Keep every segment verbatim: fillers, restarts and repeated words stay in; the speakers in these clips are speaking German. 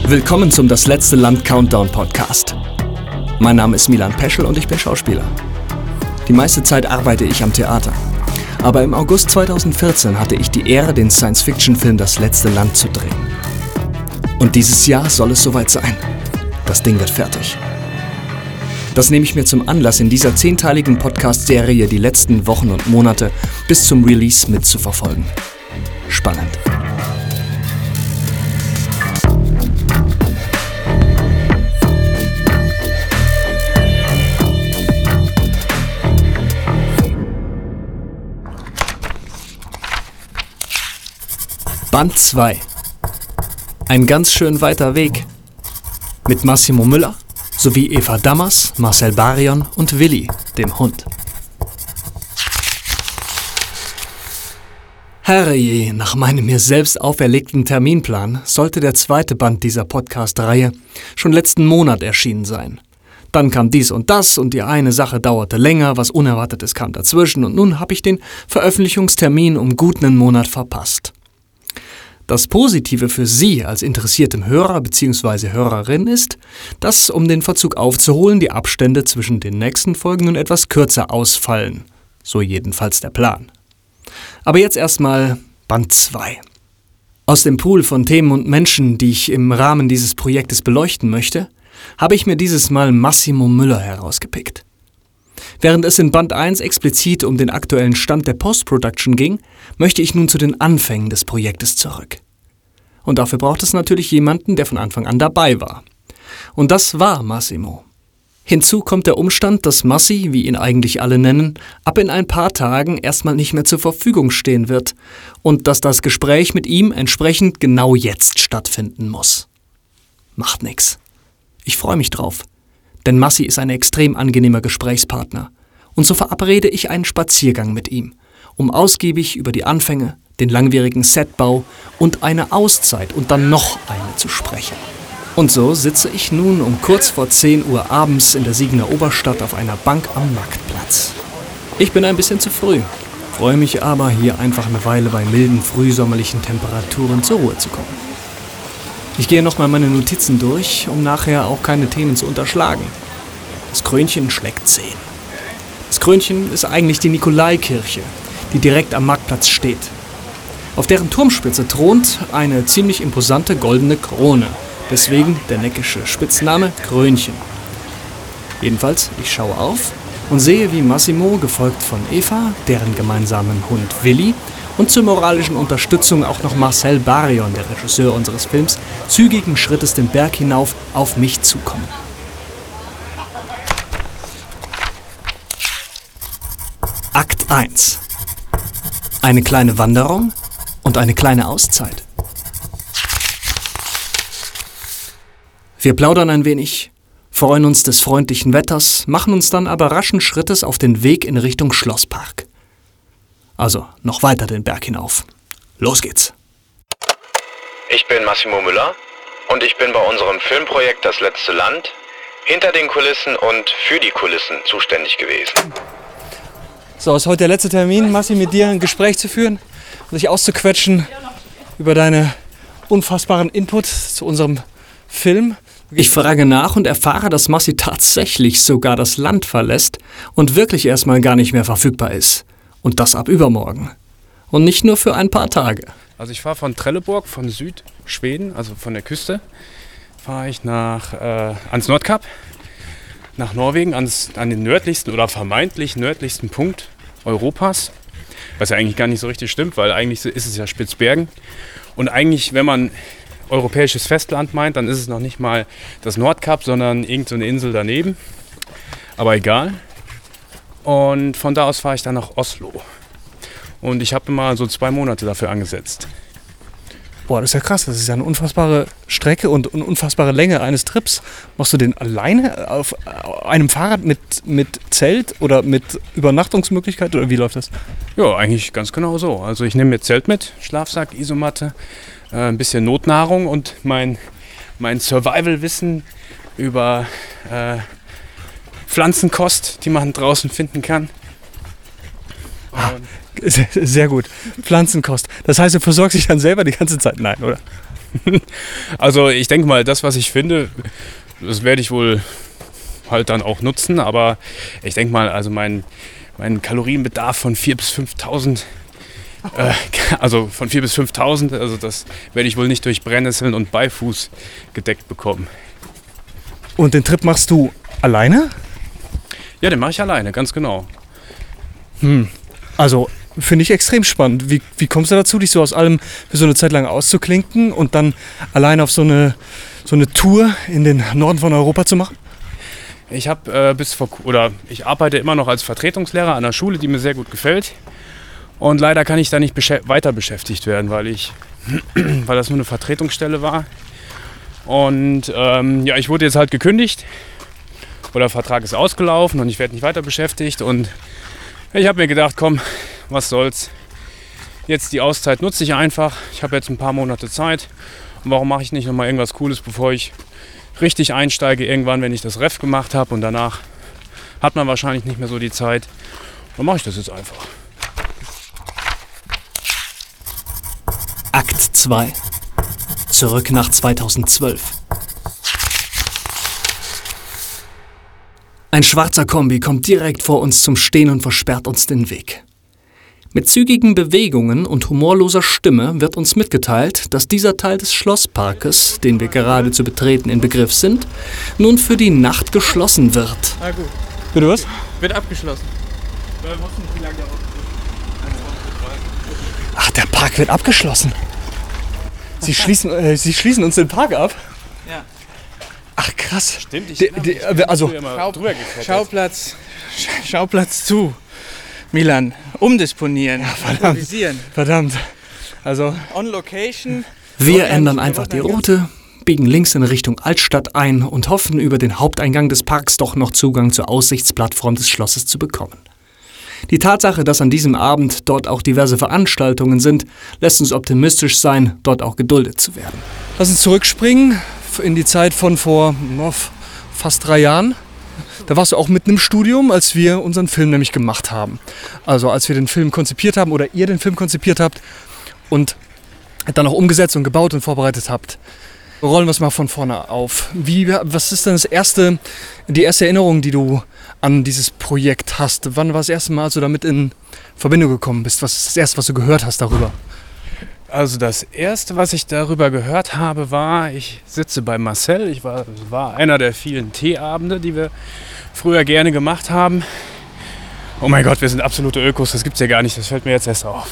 Willkommen zum Das letzte Land Countdown Podcast. Mein Name ist Milan Peschel und ich bin Schauspieler. Die meiste Zeit arbeite ich am Theater. Aber im August zweitausendvierzehn hatte ich die Ehre, den Science-Fiction-Film Das letzte Land zu drehen. Und dieses Jahr soll es soweit sein. Das Ding wird fertig. Das nehme ich mir zum Anlass, in dieser zehnteiligen Podcast-Serie die letzten Wochen und Monate bis zum Release mitzuverfolgen. Spannend. Band zwei. Ein ganz schön weiter Weg. Mit Massimo Müller sowie Eva Dammers, Marcel Barion und Willi, dem Hund. Herrje, nach meinem mir selbst auferlegten Terminplan sollte der zweite Band dieser Podcast-Reihe schon letzten Monat erschienen sein. Dann kam dies und das und die eine Sache dauerte länger, was Unerwartetes kam dazwischen und nun habe ich den Veröffentlichungstermin um gut einen Monat verpasst. Das Positive für Sie als interessiertem Hörer bzw. Hörerin ist, dass, um den Verzug aufzuholen, die Abstände zwischen den nächsten Folgen nun etwas kürzer ausfallen. So jedenfalls der Plan. Aber jetzt erstmal Band zwei. Aus dem Pool von Themen und Menschen, die ich im Rahmen dieses Projektes beleuchten möchte, habe ich mir dieses Mal Massimo Müller herausgepickt. Während es in Band eins explizit um den aktuellen Stand der Post-Production ging, möchte ich nun zu den Anfängen des Projektes zurück. Und dafür braucht es natürlich jemanden, der von Anfang an dabei war. Und das war Massimo. Hinzu kommt der Umstand, dass Massi, wie ihn eigentlich alle nennen, ab in ein paar Tagen erstmal nicht mehr zur Verfügung stehen wird und dass das Gespräch mit ihm entsprechend genau jetzt stattfinden muss. Macht nix. Ich freue mich drauf. Denn Massi ist ein extrem angenehmer Gesprächspartner. Und so verabrede ich einen Spaziergang mit ihm, um ausgiebig über die Anfänge, den langwierigen Setbau und eine Auszeit und dann noch eine zu sprechen. Und so sitze ich nun um kurz vor zehn Uhr abends in der Siegener Oberstadt auf einer Bank am Marktplatz. Ich bin ein bisschen zu früh, freue mich aber, hier einfach eine Weile bei milden frühsommerlichen Temperaturen zur Ruhe zu kommen. Ich gehe nochmal meine Notizen durch, um nachher auch keine Themen zu unterschlagen. Das Krönchen schlägt zehn. Das Krönchen ist eigentlich die Nikolaikirche, die direkt am Marktplatz steht. Auf deren Turmspitze thront eine ziemlich imposante goldene Krone, deswegen der neckische Spitzname Krönchen. Jedenfalls, ich schaue auf und sehe, wie Massimo, gefolgt von Eva, deren gemeinsamen Hund Willi, und zur moralischen Unterstützung auch noch Marcel Barion, der Regisseur unseres Films, zügigen Schrittes den Berg hinauf auf mich zukommen. Akt eins. Eine kleine Wanderung und eine kleine Auszeit. Wir plaudern ein wenig, freuen uns des freundlichen Wetters, machen uns dann aber raschen Schrittes auf den Weg in Richtung Schlosspark. Also, noch weiter den Berg hinauf. Los geht's! Ich bin Massimo Müller und ich bin bei unserem Filmprojekt Das letzte Land hinter den Kulissen und für die Kulissen zuständig gewesen. So, ist heute der letzte Termin, Massi, mit dir ein Gespräch zu führen und sich auszuquetschen über deine unfassbaren Input zu unserem Film. Ich frage nach und erfahre, dass Massi tatsächlich sogar das Land verlässt und wirklich erstmal gar nicht mehr verfügbar ist. Und das ab übermorgen. Und nicht nur für ein paar Tage. Also ich fahre von Trelleborg, von Südschweden, also von der Küste, fahre ich nach, äh, ans Nordkap, nach Norwegen, ans, an den nördlichsten oder vermeintlich nördlichsten Punkt Europas. Was ja eigentlich gar nicht so richtig stimmt, weil eigentlich ist es ja Spitzbergen. Und eigentlich, wenn man europäisches Festland meint, dann ist es noch nicht mal das Nordkap, sondern irgendeine Insel daneben. Aber egal. Und von da aus fahre ich dann nach Oslo. Und ich habe mal so zwei Monate dafür angesetzt. Boah, das ist ja krass. Das ist ja eine unfassbare Strecke und eine unfassbare Länge eines Trips. Machst du den alleine auf einem Fahrrad mit, mit Zelt oder mit Übernachtungsmöglichkeit? Oder wie läuft das? Ja, eigentlich ganz genau so. Also ich nehme mir Zelt mit, Schlafsack, Isomatte, äh, ein bisschen Notnahrung und mein, mein Survival-Wissen über Äh, Pflanzenkost, die man draußen finden kann. Sehr gut. Pflanzenkost. Das heißt, du versorgst dich dann selber die ganze Zeit? Nein, oder? Also ich denke mal, das, was ich finde, das werde ich wohl halt dann auch nutzen. Aber ich denke mal, also mein, mein Kalorienbedarf von viertausend bis fünftausend, äh, also von viertausend bis fünftausend, also das werde ich wohl nicht durch Brennnesseln und Beifuß gedeckt bekommen. Und den Trip machst du alleine? Ja, den mache ich alleine, ganz genau. Hm. Also finde ich extrem spannend. Wie, wie kommst du dazu, dich so aus allem für so eine Zeit lang auszuklinken und dann allein auf so eine, so eine Tour in den Norden von Europa zu machen? Ich habe äh, bis vor oder ich arbeite immer noch als Vertretungslehrer an einer Schule, die mir sehr gut gefällt. Und leider kann ich da nicht beschä- weiter beschäftigt werden, weil ich, weil das nur eine Vertretungsstelle war. Und ähm, ja, ich wurde jetzt halt gekündigt. Oder der Vertrag ist ausgelaufen und ich werde nicht weiter beschäftigt. Und ich habe mir gedacht, komm, was soll's. Jetzt die Auszeit nutze ich einfach. Ich habe jetzt ein paar Monate Zeit. Und warum mache ich nicht nochmal irgendwas Cooles, bevor ich richtig einsteige irgendwann, wenn ich das Ref gemacht habe. Und danach hat man wahrscheinlich nicht mehr so die Zeit. Dann mache ich das jetzt einfach. Akt zwei. Zurück nach zweitausendzwölf. Ein schwarzer Kombi kommt direkt vor uns zum Stehen und versperrt uns den Weg. Mit zügigen Bewegungen und humorloser Stimme wird uns mitgeteilt, dass dieser Teil des Schlossparkes, den wir gerade zu betreten in Begriff sind, nun für die Nacht geschlossen wird. Ah gut, Bitte was? wird abgeschlossen. Ach, der Park wird abgeschlossen. Sie schließen, äh, Sie schließen uns den Park ab? Ja. Ach krass. Stimmt, ich Die- die- also, Schau, Schauplatz, Sch- Schauplatz zu. Milan, umdisponieren, improvisieren. verdammt. Also, On location. Wir Nordland- ändern einfach die Route, biegen links in Richtung Altstadt ein und hoffen, über den Haupteingang des Parks doch noch Zugang zur Aussichtsplattform des Schlosses zu bekommen. Die Tatsache, dass an diesem Abend dort auch diverse Veranstaltungen sind, lässt uns optimistisch sein, dort auch geduldet zu werden. lass uns zurückspringen in die Zeit von vor no, fast drei Jahren. Da warst du auch mitten im Studium, als wir unseren Film nämlich gemacht haben. Also als wir den Film konzipiert haben oder ihr den Film konzipiert habt und dann auch umgesetzt und gebaut und vorbereitet habt. Rollen wir es mal von vorne auf. Wie, was ist denn das erste, die erste Erinnerung, die du an dieses Projekt hast? Wann war das erste Mal, als du damit in Verbindung gekommen bist? Was ist das erste, was du gehört hast darüber? Also das Erste, was ich darüber gehört habe, war, ich sitze bei Marcel. Ich war, war einer der vielen Teeabende, die wir früher gerne gemacht haben. Oh mein Gott, wir sind absolute Ökos, das gibt's ja gar nicht, das fällt mir jetzt erst auf.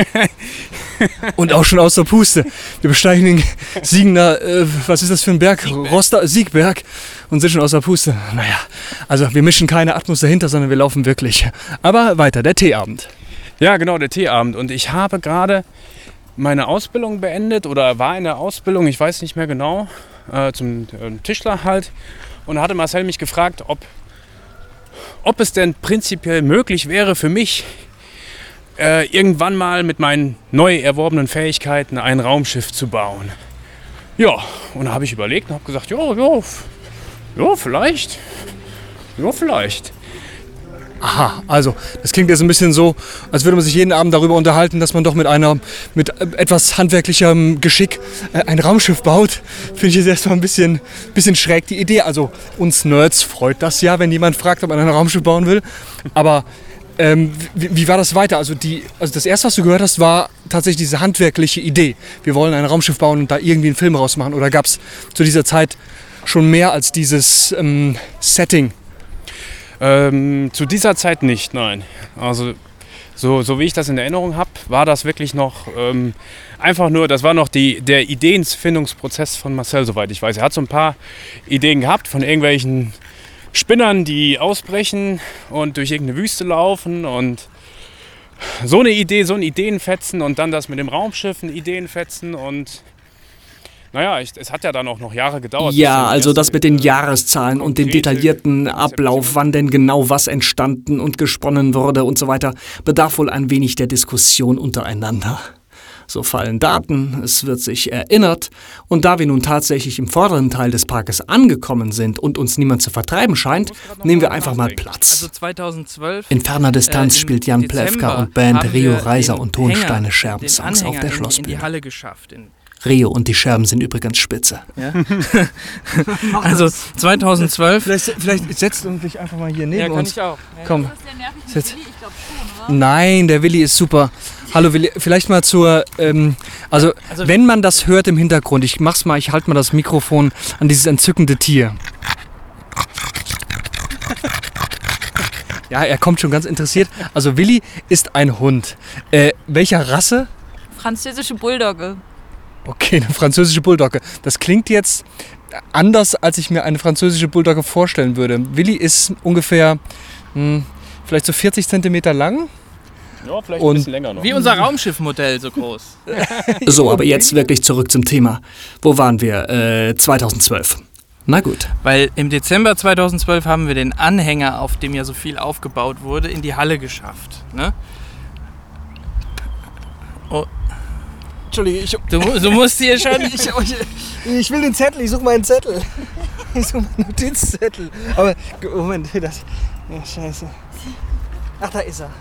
Und auch schon aus der Puste. Wir besteigen den Siegener, äh, was ist das für ein Berg? Siegberg. Roster, Siegberg und sind schon aus der Puste. Naja, also wir mischen keine Atmos dahinter, sondern wir laufen wirklich. Aber weiter, der Teeabend. Ja, genau, der Teeabend. Und ich habe gerade meine Ausbildung beendet oder war in der Ausbildung, ich weiß nicht mehr genau, äh, zum äh, Tischler halt. Und da hatte Marcel mich gefragt, ob, ob es denn prinzipiell möglich wäre für mich, äh, irgendwann mal mit meinen neu erworbenen Fähigkeiten ein Raumschiff zu bauen. Ja, und da habe ich überlegt und habe gesagt, ja, ja, f- ja, vielleicht, ja, vielleicht. Aha, also das klingt jetzt ein bisschen so, als würde man sich jeden Abend darüber unterhalten, dass man doch mit einer, mit äh, etwas handwerklichem Geschick äh, ein Raumschiff baut. Finde ich jetzt erstmal ein bisschen, bisschen schräg die Idee. Also uns Nerds freut das ja, wenn jemand fragt, ob man ein Raumschiff bauen will. Aber ähm, wie, wie war das weiter? Also, die, also das erste, was du gehört hast, war tatsächlich diese handwerkliche Idee. Wir wollen ein Raumschiff bauen und da irgendwie einen Film rausmachen. Oder gab es zu dieser Zeit schon mehr als dieses ähm, Setting? Ähm, zu dieser Zeit nicht, nein. Also so, so wie ich das in Erinnerung habe, war das wirklich noch ähm, einfach nur, das war noch die, der Ideenfindungsprozess von Marcel, soweit ich weiß. Er hat so ein paar Ideen gehabt von irgendwelchen Spinnern, die ausbrechen und durch irgendeine Wüste laufen und so eine Idee, so ein Ideenfetzen und dann das mit dem Raumschiff, ein Ideenfetzen und naja, ich, es hat ja dann auch noch Jahre gedauert. bis Ja, dann die also das erste, mit den äh, Jahreszahlen und den konkrete detaillierten Konzeption. Ablauf, wann denn genau was entstanden und gesponnen wurde und so weiter, bedarf wohl ein wenig der Diskussion untereinander. So fallen Daten, es wird sich erinnert und da wir nun tatsächlich im vorderen Teil des Parkes angekommen sind und uns niemand zu vertreiben scheint, nehmen wir einfach mal Platz. Also zweitausendzwölf. In ferner Distanz äh, im spielt Jan Dezember Plewka und Band haben Rio wir Reiser den und Tonsteine Hänger, Scherben den Songs auf Anhänger der in, in die Schlossbühne. Halle geschafft, in Rio und die Scherben sind übrigens spitze. Ja. Also zweitausendzwölf. Vielleicht, vielleicht setzt du dich einfach mal hier neben Ja, kann uns. ich auch. Komm. Ist das der nervige Jetzt- Willi? Ich glaube schon, oder? Nein, der Willi ist super. Hallo Willi, vielleicht mal zur, ähm, also, Also- wenn man das hört im Hintergrund, ich mach's mal, ich halte mal das Mikrofon an dieses entzückende Tier. Ja, er kommt schon ganz interessiert. Also Willi ist ein Hund. Äh, welcher Rasse? Französische Bulldogge. Okay, eine französische Bulldogge. Das klingt jetzt anders, als ich mir eine französische Bulldogge vorstellen würde. Willi ist ungefähr mh, vielleicht so vierzig Zentimeter lang. Ja, vielleicht Und- ein bisschen länger noch. Wie unser Raumschiffmodell so groß. So, aber jetzt wirklich zurück zum Thema. Wo waren wir? Äh, zweitausendzwölf. Na gut. Weil im Dezember zweitausendzwölf haben wir den Anhänger, auf dem ja so viel aufgebaut wurde, in die Halle geschafft. Ne? Entschuldige, ich, Du, mu- du musst hier schon... ich, ich will den Zettel, ich suche meinen Zettel. Ich suche meinen Notizzettel. Aber, Moment, das... Ja, scheiße. Ach, da ist er.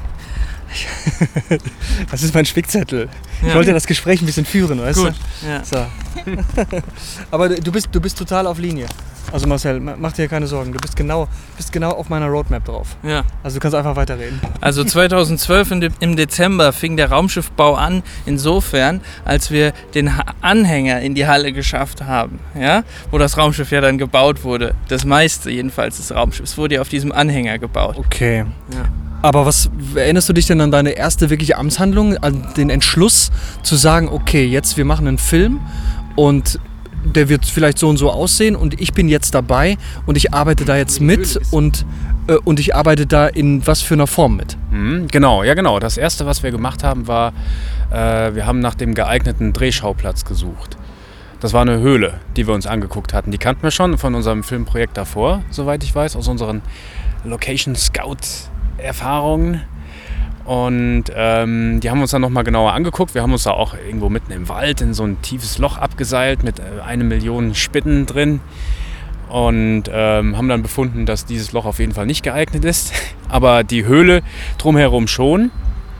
Das ist mein Spickzettel. Ich Ja. wollte das Gespräch ein bisschen führen, weißt Gut. du? Ja. So. Aber du bist, du bist total auf Linie. Also Marcel, ma- mach dir keine Sorgen. Du bist genau, bist genau auf meiner Roadmap drauf. Ja. Also du kannst einfach weiterreden. Also zweitausendzwölf im De- im Dezember fing der Raumschiffbau an, insofern, als wir den ha- Anhänger in die Halle geschafft haben, ja? Wo das Raumschiff ja dann gebaut wurde. Das meiste jedenfalls des Raumschiffs wurde ja auf diesem Anhänger gebaut. Okay. Ja. Aber was erinnerst du dich denn an deine erste wirkliche Amtshandlung, an den Entschluss zu sagen, okay, jetzt wir machen einen Film und der wird vielleicht so und so aussehen und ich bin jetzt dabei und ich arbeite da jetzt mit und, äh, und ich arbeite da in was für einer Form mit? Mhm, genau, ja genau. Das erste, was wir gemacht haben, war, äh, wir haben nach dem geeigneten Drehschauplatz gesucht. Das war eine Höhle, die wir uns angeguckt hatten. Die kannten wir schon von unserem Filmprojekt davor, soweit ich weiß, aus unseren Location Scout-Erfahrungen. Und ähm, die haben wir uns dann nochmal genauer angeguckt. Wir haben uns da auch irgendwo mitten im Wald in so ein tiefes Loch abgeseilt mit äh, eine Million Spinnen drin. Und ähm, haben dann befunden, dass dieses Loch auf jeden Fall nicht geeignet ist. Aber die Höhle drumherum schon.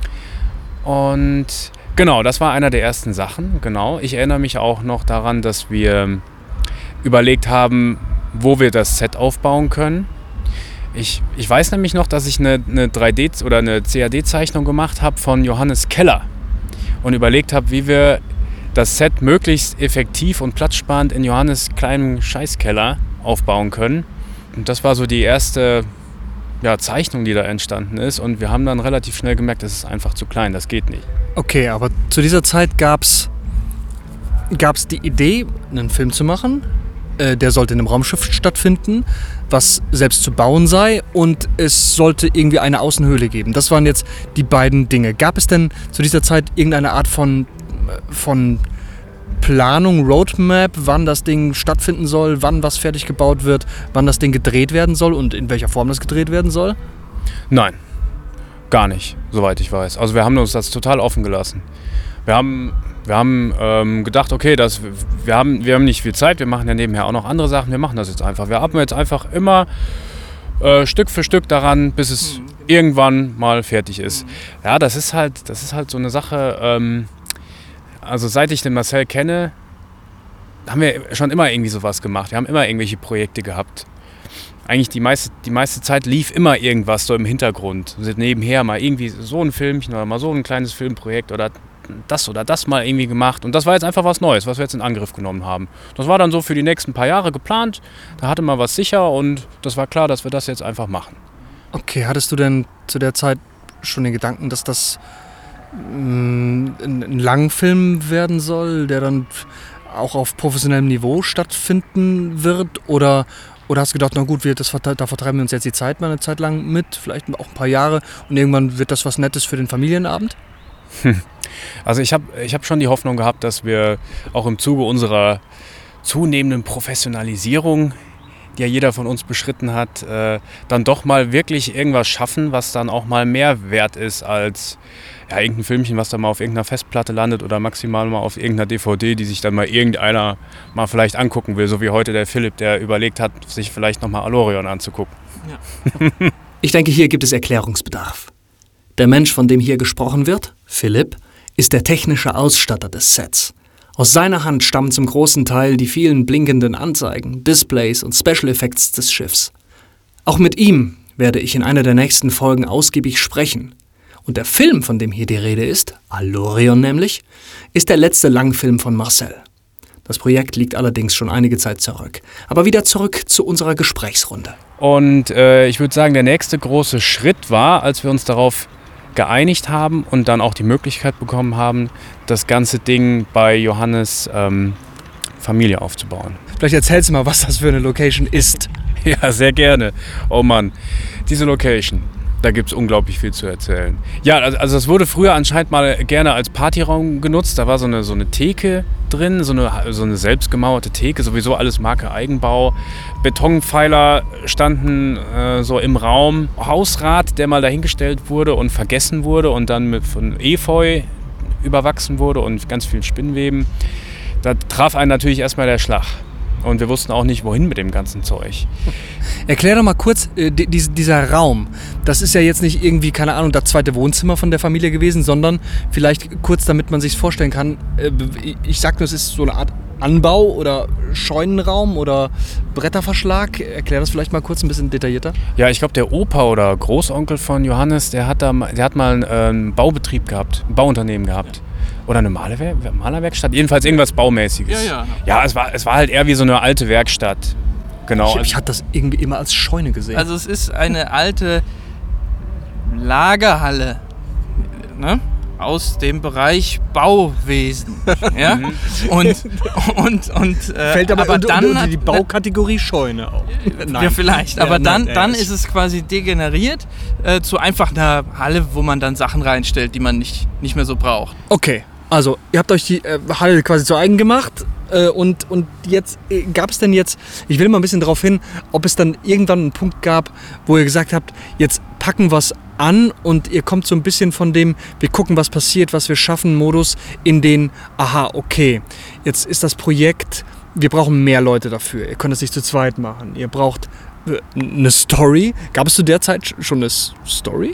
Und genau, das war einer der ersten Sachen. Genau. Ich erinnere mich auch noch daran, dass wir überlegt haben, wo wir das Set aufbauen können. Ich, ich weiß nämlich noch, dass ich eine, eine drei D- oder eine C A D-Zeichnung gemacht habe von Johannes Keller und überlegt habe, wie wir das Set möglichst effektiv und platzsparend in Johannes kleinem Scheißkeller aufbauen können. Und das war so die erste ja, Zeichnung, die da entstanden ist. Und wir haben dann relativ schnell gemerkt, das ist einfach zu klein, das geht nicht. Okay, aber zu dieser Zeit gab es die Idee, einen Film zu machen. Äh, der sollte in einem Raumschiff stattfinden, was selbst zu bauen sei und es sollte irgendwie eine Außenhöhle geben. Das waren jetzt die beiden Dinge. Gab es denn zu dieser Zeit irgendeine Art von, von Planung, Roadmap, wann das Ding stattfinden soll, wann was fertig gebaut wird, wann das Ding gedreht werden soll und in welcher Form das gedreht werden soll? Nein, gar nicht, soweit ich weiß. Also wir haben uns das total offen gelassen. Wir haben, wir haben ähm, gedacht, okay, das, wir, haben, wir haben nicht viel Zeit, wir machen ja nebenher auch noch andere Sachen, wir machen das jetzt einfach. Wir arbeiten jetzt einfach immer äh, Stück für Stück daran, bis es mhm. irgendwann mal fertig ist. Mhm. Ja, das ist halt, das ist halt so eine Sache, ähm, also seit ich den Marcel kenne, haben wir schon immer irgendwie sowas gemacht. Wir haben immer irgendwelche Projekte gehabt. Eigentlich die meiste, die meiste Zeit lief immer irgendwas so im Hintergrund. Nebenher mal irgendwie so ein Filmchen oder mal so ein kleines Filmprojekt oder das oder das mal irgendwie gemacht. Und das war jetzt einfach was Neues, was wir jetzt in Angriff genommen haben. Das war dann so für die nächsten paar Jahre geplant. Da hatte man was sicher und das war klar, dass wir das jetzt einfach machen. Okay, hattest du denn zu der Zeit schon den Gedanken, dass das mh, ein, ein Langfilm werden soll, der dann auch auf professionellem Niveau stattfinden wird? Oder, oder hast du gedacht, na gut, wir, das, da vertreiben wir uns jetzt die Zeit mal eine Zeit lang mit, vielleicht auch ein paar Jahre und irgendwann wird das was Nettes für den Familienabend? Hm. Also ich habe ich hab schon die Hoffnung gehabt, dass wir auch im Zuge unserer zunehmenden Professionalisierung, die ja jeder von uns beschritten hat, äh, dann doch mal wirklich irgendwas schaffen, was dann auch mal mehr wert ist als ja, irgendein Filmchen, was dann mal auf irgendeiner Festplatte landet oder maximal mal auf irgendeiner D V D, die sich dann mal irgendeiner mal vielleicht angucken will, so wie heute der Philipp, der überlegt hat, sich vielleicht nochmal Alorion anzugucken. Ja. Ich denke, hier gibt es Erklärungsbedarf. Der Mensch, von dem hier gesprochen wird, Philipp, ist der technische Ausstatter des Sets. Aus seiner Hand stammen zum großen Teil die vielen blinkenden Anzeigen, Displays und Special Effects des Schiffs. Auch mit ihm werde ich in einer der nächsten Folgen ausgiebig sprechen. Und der Film, von dem hier die Rede ist, Alorion nämlich, ist der letzte Langfilm von Marcel. Das Projekt liegt allerdings schon einige Zeit zurück. Aber wieder zurück zu unserer Gesprächsrunde. Und äh, ich würde sagen, der nächste große Schritt war, als wir uns darauf geeinigt haben und dann auch die Möglichkeit bekommen haben, das ganze Ding bei Johannes ähm, Familie aufzubauen. Vielleicht erzählst du mal, was das für eine Location ist. Ja, sehr gerne. Oh Mann, diese Location, da gibt es unglaublich viel zu erzählen. Ja, also es wurde früher anscheinend mal gerne als Partyraum genutzt. Da war so eine, so eine Theke drin, so eine, so eine selbstgemauerte Theke, sowieso alles Marke Eigenbau. Betonpfeiler standen äh, so im Raum. Hausrat, der mal dahingestellt wurde und vergessen wurde und dann mit, von Efeu überwachsen wurde und ganz vielen Spinnweben. Da traf einen natürlich erstmal der Schlag. Und wir wussten auch nicht, wohin mit dem ganzen Zeug. Erklär doch mal kurz, äh, die, dieser Raum, das ist ja jetzt nicht irgendwie, keine Ahnung, das zweite Wohnzimmer von der Familie gewesen, sondern vielleicht kurz, damit man sich vorstellen kann, äh, ich sag nur, es ist so eine Art Anbau oder Scheunenraum oder Bretterverschlag. Erklär das vielleicht mal kurz ein bisschen detaillierter. Ja, ich glaube, der Opa oder Großonkel von Johannes, der hat, da, der hat mal einen, äh, einen Baubetrieb gehabt, ein Bauunternehmen gehabt. Oder eine Malerwer- Malerwerkstatt, jedenfalls irgendwas Baumäßiges. Ja, ja. Ja, es war, es war halt eher wie so eine alte Werkstatt. Genau. Ich, ich hatte das irgendwie immer als Scheune gesehen. Also es ist eine alte Lagerhalle, ne? Aus dem Bereich Bauwesen. Ja? und und, und äh, Fällt aber, aber unter, dann unter hat, die Baukategorie Scheune auch. Ja, vielleicht. Ja, Aber dann, nein, dann ja, ist es quasi degeneriert äh, zu einfach einer Halle, wo man dann Sachen reinstellt, die man nicht, nicht mehr so braucht. Okay, also ihr habt euch die äh, Halle quasi zu eigen gemacht äh, und, und jetzt äh, gab es denn jetzt, ich will mal ein bisschen darauf hin, ob es dann irgendwann einen Punkt gab, wo ihr gesagt habt, jetzt packen wir es an und ihr kommt so ein bisschen von dem, wir gucken, was passiert, was wir schaffen, Modus in den, aha, okay, jetzt ist das Projekt, wir brauchen mehr Leute dafür, ihr könnt es nicht zu zweit machen, ihr braucht äh, eine Story. Gab es zu der Zeit schon eine Story?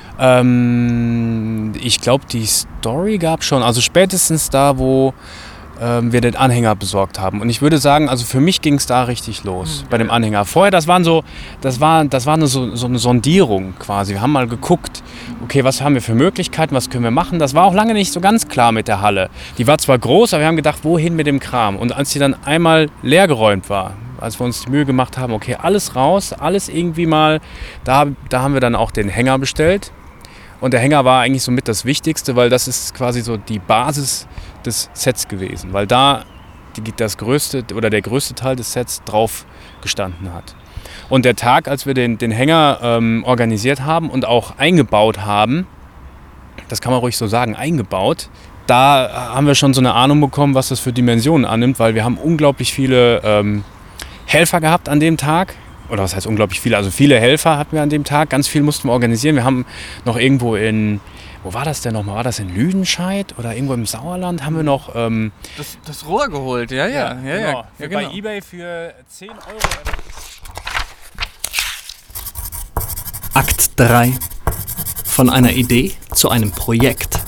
Ähm, ich glaube, die Story gab schon, also spätestens da, wo ähm, wir den Anhänger besorgt haben. Und ich würde sagen, also für mich ging es da richtig los, mhm. bei dem Anhänger. Vorher, das waren so, das war, das war eine, so, so eine Sondierung quasi. Wir haben mal geguckt, okay, was haben wir für Möglichkeiten, was können wir machen. Das war auch lange nicht so ganz klar mit der Halle. Die war zwar groß, aber wir haben gedacht, wohin mit dem Kram? Und als die dann einmal leergeräumt war, als wir uns die Mühe gemacht haben, okay, alles raus, alles irgendwie mal, da, da haben wir dann auch den Hänger bestellt. Und der Hänger war eigentlich somit das Wichtigste, weil das ist quasi so die Basis des Sets gewesen, weil da die, das größte oder der größte Teil des Sets drauf gestanden hat. Und der Tag, als wir den, den Hänger ähm, organisiert haben und auch eingebaut haben, das kann man ruhig so sagen, eingebaut, da haben wir schon so eine Ahnung bekommen, was das für Dimensionen annimmt, weil wir haben unglaublich viele ähm, Helfer gehabt an dem Tag. Oder was heißt unglaublich viele, also viele Helfer hatten wir an dem Tag, ganz viel mussten wir organisieren. Wir haben noch irgendwo in, wo war das denn nochmal, war das in Lüdenscheid oder irgendwo im Sauerland, haben wir noch... Ähm, das, das Rohr geholt, ja, ja. ja, ja, genau. ja, Bei genau. eBay für zehn Euro. Akt drei. Von einer Idee zu einem Projekt.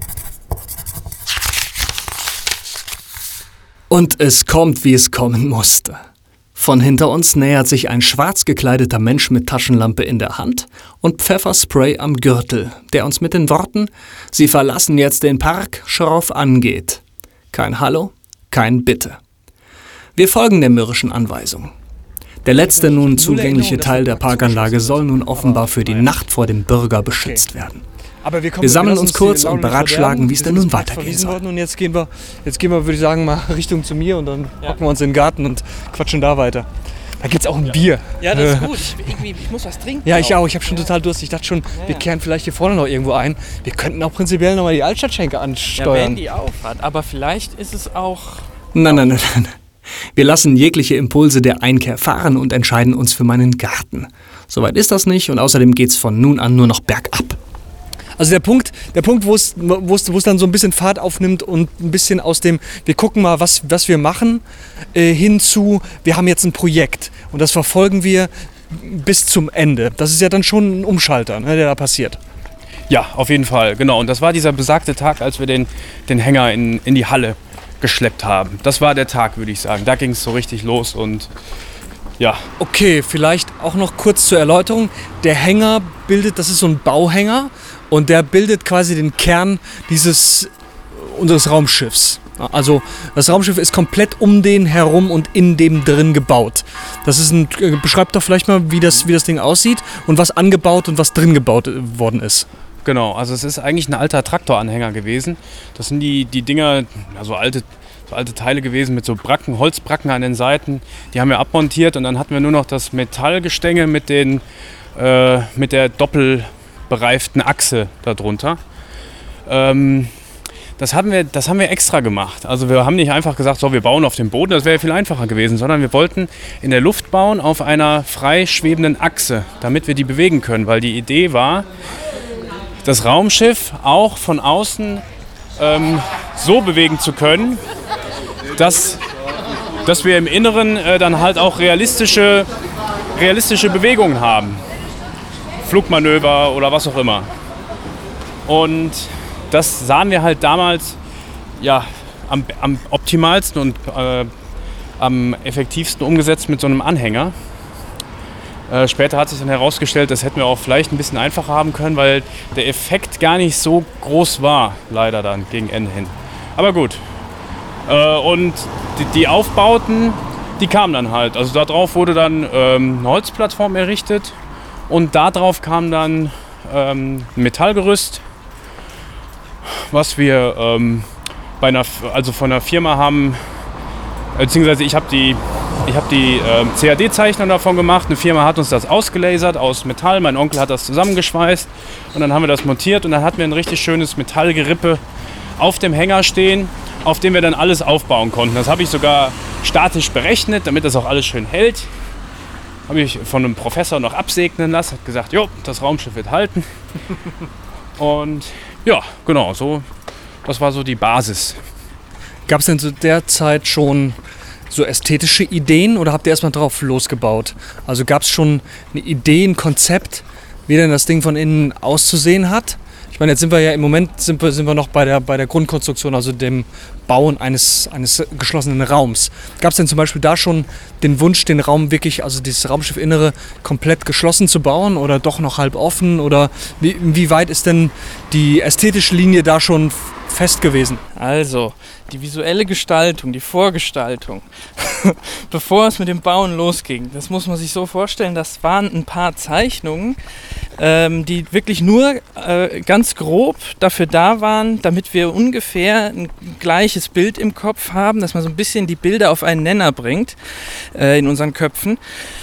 Und es kommt, wie es kommen musste. Von hinter uns nähert sich ein schwarz gekleideter Mensch mit Taschenlampe in der Hand und Pfefferspray am Gürtel, der uns mit den Worten »Sie verlassen jetzt den Park« schroff angeht. Kein Hallo, kein Bitte. Wir folgen der mürrischen Anweisung. Der letzte nun zugängliche Teil der Parkanlage soll nun offenbar für die Nacht vor dem Bürger beschützt werden. Aber wir, kommen, wir sammeln wir uns kurz und beratschlagen, wie es denn nun weitergehen soll. Und jetzt gehen wir, jetzt gehen wir, würde ich sagen, mal Richtung zu mir und dann ja. hocken wir uns in den Garten und quatschen da weiter. Da gibt es auch ein ja. Bier. Ja, das ist gut. Ich, irgendwie, ich muss was trinken. Ja, ich auch. Ich habe schon total Durst. Ich dachte schon, ja, wir kehren vielleicht hier vorne noch irgendwo ein. Wir könnten auch prinzipiell nochmal die Altstadtschenke ansteuern. Ja, wenn die auf hat. Aber vielleicht ist es auch... Nein, nein, nein, nein. Wir lassen jegliche Impulse der Einkehr fahren und entscheiden uns für meinen Garten. Soweit ist das nicht und außerdem geht's von nun an nur noch bergab. Also der Punkt, der Punkt, wo es, wo es, wo es dann so ein bisschen Fahrt aufnimmt und ein bisschen aus dem, wir gucken mal, was, was wir machen, äh, hin zu, wir haben jetzt ein Projekt und das verfolgen wir bis zum Ende. Das ist ja dann schon ein Umschalter, ne, der da passiert. Ja, auf jeden Fall, genau. Und das war dieser besagte Tag, als wir den, den Hänger in, in die Halle geschleppt haben. Das war der Tag, würde ich sagen. Da ging es so richtig los und ja. Okay, vielleicht auch noch kurz zur Erläuterung. Der Hänger bildet, das ist so ein Bauhänger und der bildet quasi den Kern dieses unseres Raumschiffs. Also das Raumschiff ist komplett um den herum und in dem drin gebaut. Das ist ein, beschreibt doch vielleicht mal, wie das, wie das Ding aussieht und was angebaut und was drin gebaut worden ist. Genau, also es ist eigentlich ein alter Traktoranhänger gewesen. Das sind die, die Dinger, also alte, so alte Teile gewesen mit so Bracken, Holzbracken an den Seiten. Die haben wir abmontiert und dann hatten wir nur noch das Metallgestänge mit, den, äh, mit der doppelbereiften Achse darunter. Ähm, das, haben wir, das haben wir extra gemacht. Also wir haben nicht einfach gesagt, so wir bauen auf dem Boden, das wäre viel einfacher gewesen, sondern wir wollten in der Luft bauen auf einer frei schwebenden Achse, damit wir die bewegen können, weil die Idee war, das Raumschiff auch von außen ähm, so bewegen zu können, dass, dass wir im Inneren äh, dann halt auch realistische, realistische Bewegungen haben. Flugmanöver oder was auch immer. Und das sahen wir halt damals ja, am, am optimalsten und äh, am effektivsten umgesetzt mit so einem Anhänger. Äh, später hat sich dann herausgestellt, das hätten wir auch vielleicht ein bisschen einfacher haben können, weil der Effekt gar nicht so groß war, leider dann gegen Ende hin. Aber gut. Äh, und die, die Aufbauten, die kamen dann halt. Also darauf wurde dann ähm, eine Holzplattform errichtet und darauf kam dann ähm, ein Metallgerüst, was wir ähm, bei einer, also von einer Firma haben, beziehungsweise ich habe die Ich habe die äh, C A D-Zeichnung davon gemacht. Eine Firma hat uns das ausgelasert aus Metall. Mein Onkel hat das zusammengeschweißt. Und dann haben wir das montiert. Und dann hatten wir ein richtig schönes Metallgerippe auf dem Hänger stehen, auf dem wir dann alles aufbauen konnten. Das habe ich sogar statisch berechnet, damit das auch alles schön hält. Habe ich von einem Professor noch absegnen lassen. Hat gesagt, jo, das Raumschiff wird halten. Und ja, genau, so, das war so die Basis. Gab es denn zu der Zeit schon so ästhetische Ideen oder habt ihr erstmal drauf losgebaut? Also gab es schon eine Idee, ein Konzept, wie denn das Ding von innen auszusehen hat? Ich meine, jetzt sind wir ja im Moment sind wir, sind wir noch bei der, bei der Grundkonstruktion, also dem Bauen eines, eines geschlossenen Raums. Gab es denn zum Beispiel da schon den Wunsch, den Raum wirklich, also dieses Raumschiffinnere komplett geschlossen zu bauen oder doch noch halb offen? Oder wie, wie weit ist denn die ästhetische Linie da schon fest gewesen? Also, die visuelle Gestaltung, die Vorgestaltung, bevor es mit dem Bauen losging, das muss man sich so vorstellen, das waren ein paar Zeichnungen, ähm, die wirklich nur äh, ganz grob dafür da waren, damit wir ungefähr ein gleiches Bild im Kopf haben, dass man so ein bisschen die Bilder auf einen Nenner bringt äh, in unseren Köpfen.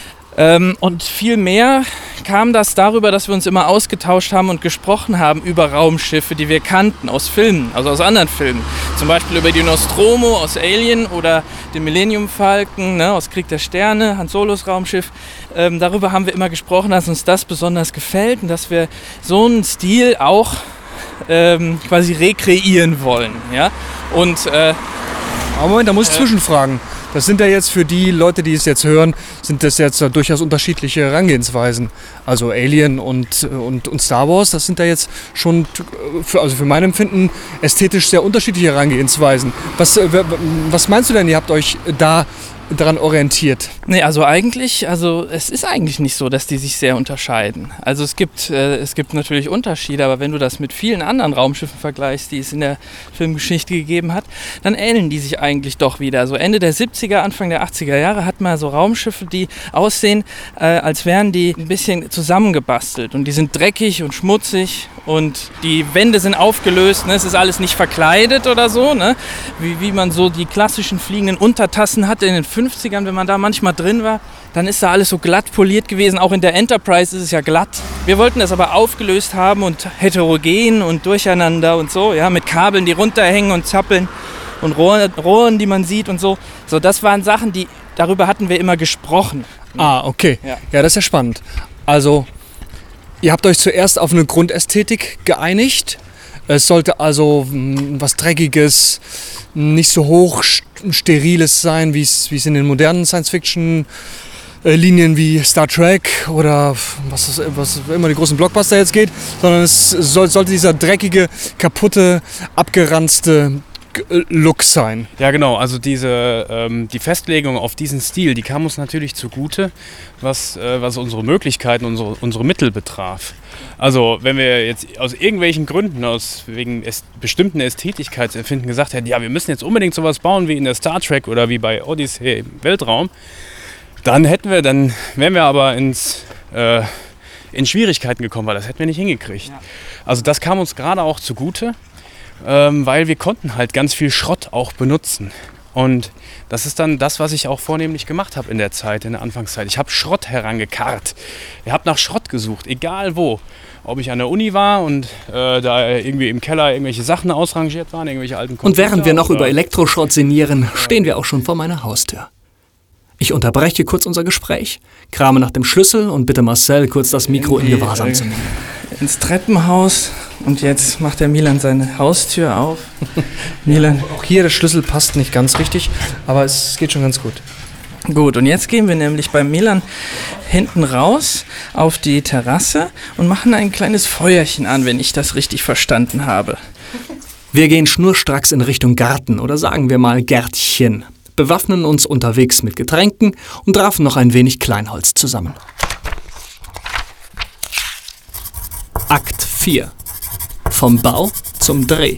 Ähm, und viel mehr kam das darüber, dass wir uns immer ausgetauscht haben und gesprochen haben über Raumschiffe, die wir kannten aus Filmen, also aus anderen Filmen. Zum Beispiel über die Nostromo aus Alien oder den Millennium Falcon, ne, aus Krieg der Sterne, Han Solos Raumschiff. Ähm, darüber haben wir immer gesprochen, dass uns das besonders gefällt und dass wir so einen Stil auch ähm, quasi rekreieren wollen. Ja? Und, äh, Aber Moment, da muss ich äh, zwischenfragen. Das sind ja jetzt für die Leute, die es jetzt hören, sind das jetzt durchaus unterschiedliche Herangehensweisen. Also Alien und, und, und Star Wars, das sind da jetzt schon, für, also für mein Empfinden, ästhetisch sehr unterschiedliche Herangehensweisen. Was, was meinst du denn, ihr habt euch da daran orientiert? Nee, also eigentlich, also es ist eigentlich nicht so, dass die sich sehr unterscheiden. Also es gibt, äh, es gibt natürlich Unterschiede, aber wenn du das mit vielen anderen Raumschiffen vergleichst, die es in der Filmgeschichte gegeben hat, dann ähneln die sich eigentlich doch wieder. So Ende der siebziger, Anfang der achtziger Jahre hat man so Raumschiffe, die aussehen, äh, als wären die ein bisschen zusammengebastelt und die sind dreckig und schmutzig und die Wände sind aufgelöst, ne? Es ist alles nicht verkleidet oder so, ne? wie, wie man so die klassischen fliegenden Untertassen hatte in den fünfzigern, wenn man da manchmal drin war, dann ist da alles so glatt poliert gewesen. Auch in der Enterprise ist es ja glatt. Wir wollten das aber aufgelöst haben und heterogen und durcheinander und so, ja, mit Kabeln, die runterhängen und zappeln und Rohr, Rohren, die man sieht und so. So, das waren Sachen, die, darüber hatten wir immer gesprochen. Ah, okay. Ja. Ja, das ist ja spannend. Also, ihr habt euch zuerst auf eine Grundästhetik geeinigt. Es sollte also mh, was Dreckiges, nicht so hoch Steriles sein, wie es in den modernen Science-Fiction-Linien wie Star Trek oder was, was immer die großen Blockbuster jetzt geht, sondern es soll, sollte dieser dreckige, kaputte, abgeranzte Look sein. Ja, genau. Also diese, ähm, die Festlegung auf diesen Stil, die kam uns natürlich zugute, was, äh, was unsere Möglichkeiten, unsere, unsere Mittel betraf. Also wenn wir jetzt aus irgendwelchen Gründen, aus wegen äst- bestimmten Ästhetigkeitsempfinden gesagt hätten, ja, wir müssen jetzt unbedingt sowas bauen wie in der Star Trek oder wie bei Odyssey im Weltraum, dann hätten wir, dann wären wir aber ins, äh, in Schwierigkeiten gekommen, weil das hätten wir nicht hingekriegt. Ja. Also das kam uns gerade auch zugute, ähm, weil wir konnten halt ganz viel Schrott auch benutzen. Und das ist dann das, was ich auch vornehmlich gemacht habe in der Zeit, in der Anfangszeit. Ich habe Schrott herangekarrt. Ich habe nach Schrott gesucht, egal wo. Ob ich an der Uni war und äh, da irgendwie im Keller irgendwelche Sachen ausrangiert waren, irgendwelche alten Computer. Und während wir noch oder über Elektroschrott sinnieren, stehen wir auch schon vor meiner Haustür. Ich unterbreche kurz unser Gespräch, krame nach dem Schlüssel und bitte Marcel, kurz das Mikro in Gewahrsam zu nehmen. Ins Treppenhaus und jetzt macht der Milan seine Haustür auf. Milan. Auch hier, der Schlüssel passt nicht ganz richtig, aber es geht schon ganz gut. Gut, und jetzt gehen wir nämlich bei Milan hinten raus auf die Terrasse und machen ein kleines Feuerchen an, wenn ich das richtig verstanden habe. Wir gehen schnurstracks in Richtung Garten oder sagen wir mal Gärtchen, bewaffnen uns unterwegs mit Getränken und raffen noch ein wenig Kleinholz zusammen. Akt vier. Vom Bau zum Dreh.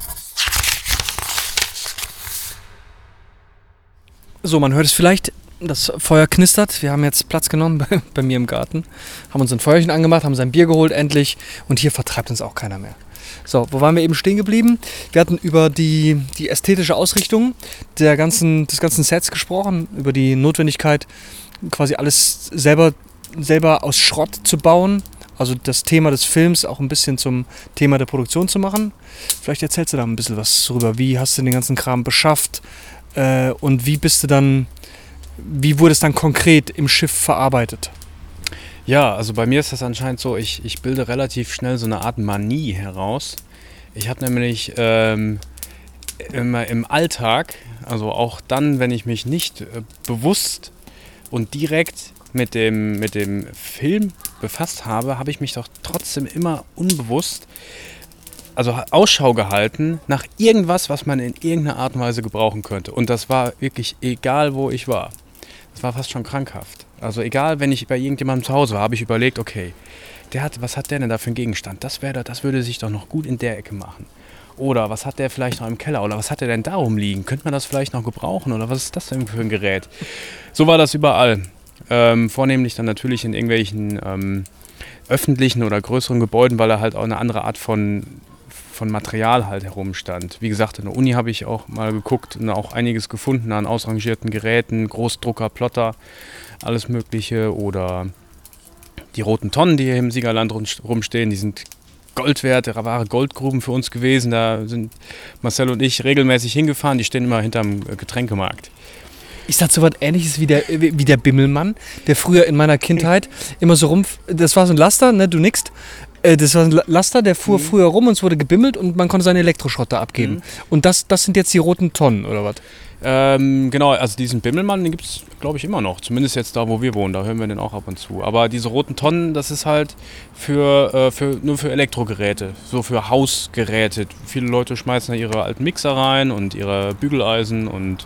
So, man hört es vielleicht, das Feuer knistert. Wir haben jetzt Platz genommen bei, bei mir im Garten, haben uns ein Feuerchen angemacht, haben sein Bier geholt endlich und hier vertreibt uns auch keiner mehr. So, wo waren wir eben stehen geblieben? Wir hatten über die, die ästhetische Ausrichtung der ganzen, des ganzen Sets gesprochen, über die Notwendigkeit, quasi alles selber, selber aus Schrott zu bauen. Also das Thema des Films auch ein bisschen zum Thema der Produktion zu machen. Vielleicht erzählst du da ein bisschen was drüber. Wie hast du den ganzen Kram beschafft äh, und wie bist du dann, wie wurde es dann konkret im Schiff verarbeitet? Ja, also bei mir ist das anscheinend so, ich, ich bilde relativ schnell so eine Art Manie heraus. Ich habe nämlich ähm, immer im Alltag, also auch dann, wenn ich mich nicht äh, bewusst und direkt mit dem, mit dem Film befasst habe, habe ich mich doch trotzdem immer unbewusst, also Ausschau gehalten nach irgendwas, was man in irgendeiner Art und Weise gebrauchen könnte. Und das war wirklich egal, wo ich war. Das war fast schon krankhaft. Also egal, wenn ich bei irgendjemandem zu Hause war, habe ich überlegt, okay, der hat, was hat der denn da für einen Gegenstand? Das, wäre, das würde sich doch noch gut in der Ecke machen. Oder was hat der vielleicht noch im Keller? Oder was hat der denn da rumliegen? Könnte man das vielleicht noch gebrauchen? Oder was ist das denn für ein Gerät? So war das überall. Ähm, vornehmlich dann natürlich in irgendwelchen ähm, öffentlichen oder größeren Gebäuden, weil da halt auch eine andere Art von, von Material halt herumstand. Wie gesagt, in der Uni habe ich auch mal geguckt und auch einiges gefunden an ausrangierten Geräten, Großdrucker, Plotter, alles Mögliche. Oder die roten Tonnen, die hier im Siegerland rumstehen, die sind Gold wert, da wahre Goldgruben für uns gewesen. Da sind Marcel und ich regelmäßig hingefahren, die stehen immer hinterm Getränkemarkt. Ist das so was Ähnliches wie der, wie der Bimmelmann, der früher in meiner Kindheit immer so rum, das war so ein Laster, ne, du nickst, äh, das war ein Laster, der fuhr mhm. früher rum und es wurde gebimmelt und man konnte seine Elektroschrott da abgeben. Mhm. Und das, das sind jetzt die roten Tonnen, oder was? Ähm, genau, also diesen Bimmelmann, den gibt es, glaube ich, immer noch. Zumindest jetzt da, wo wir wohnen, da hören wir den auch ab und zu. Aber diese roten Tonnen, das ist halt für, äh, für, nur für Elektrogeräte, so für Hausgeräte. Viele Leute schmeißen da ihre alten Mixer rein und ihre Bügeleisen und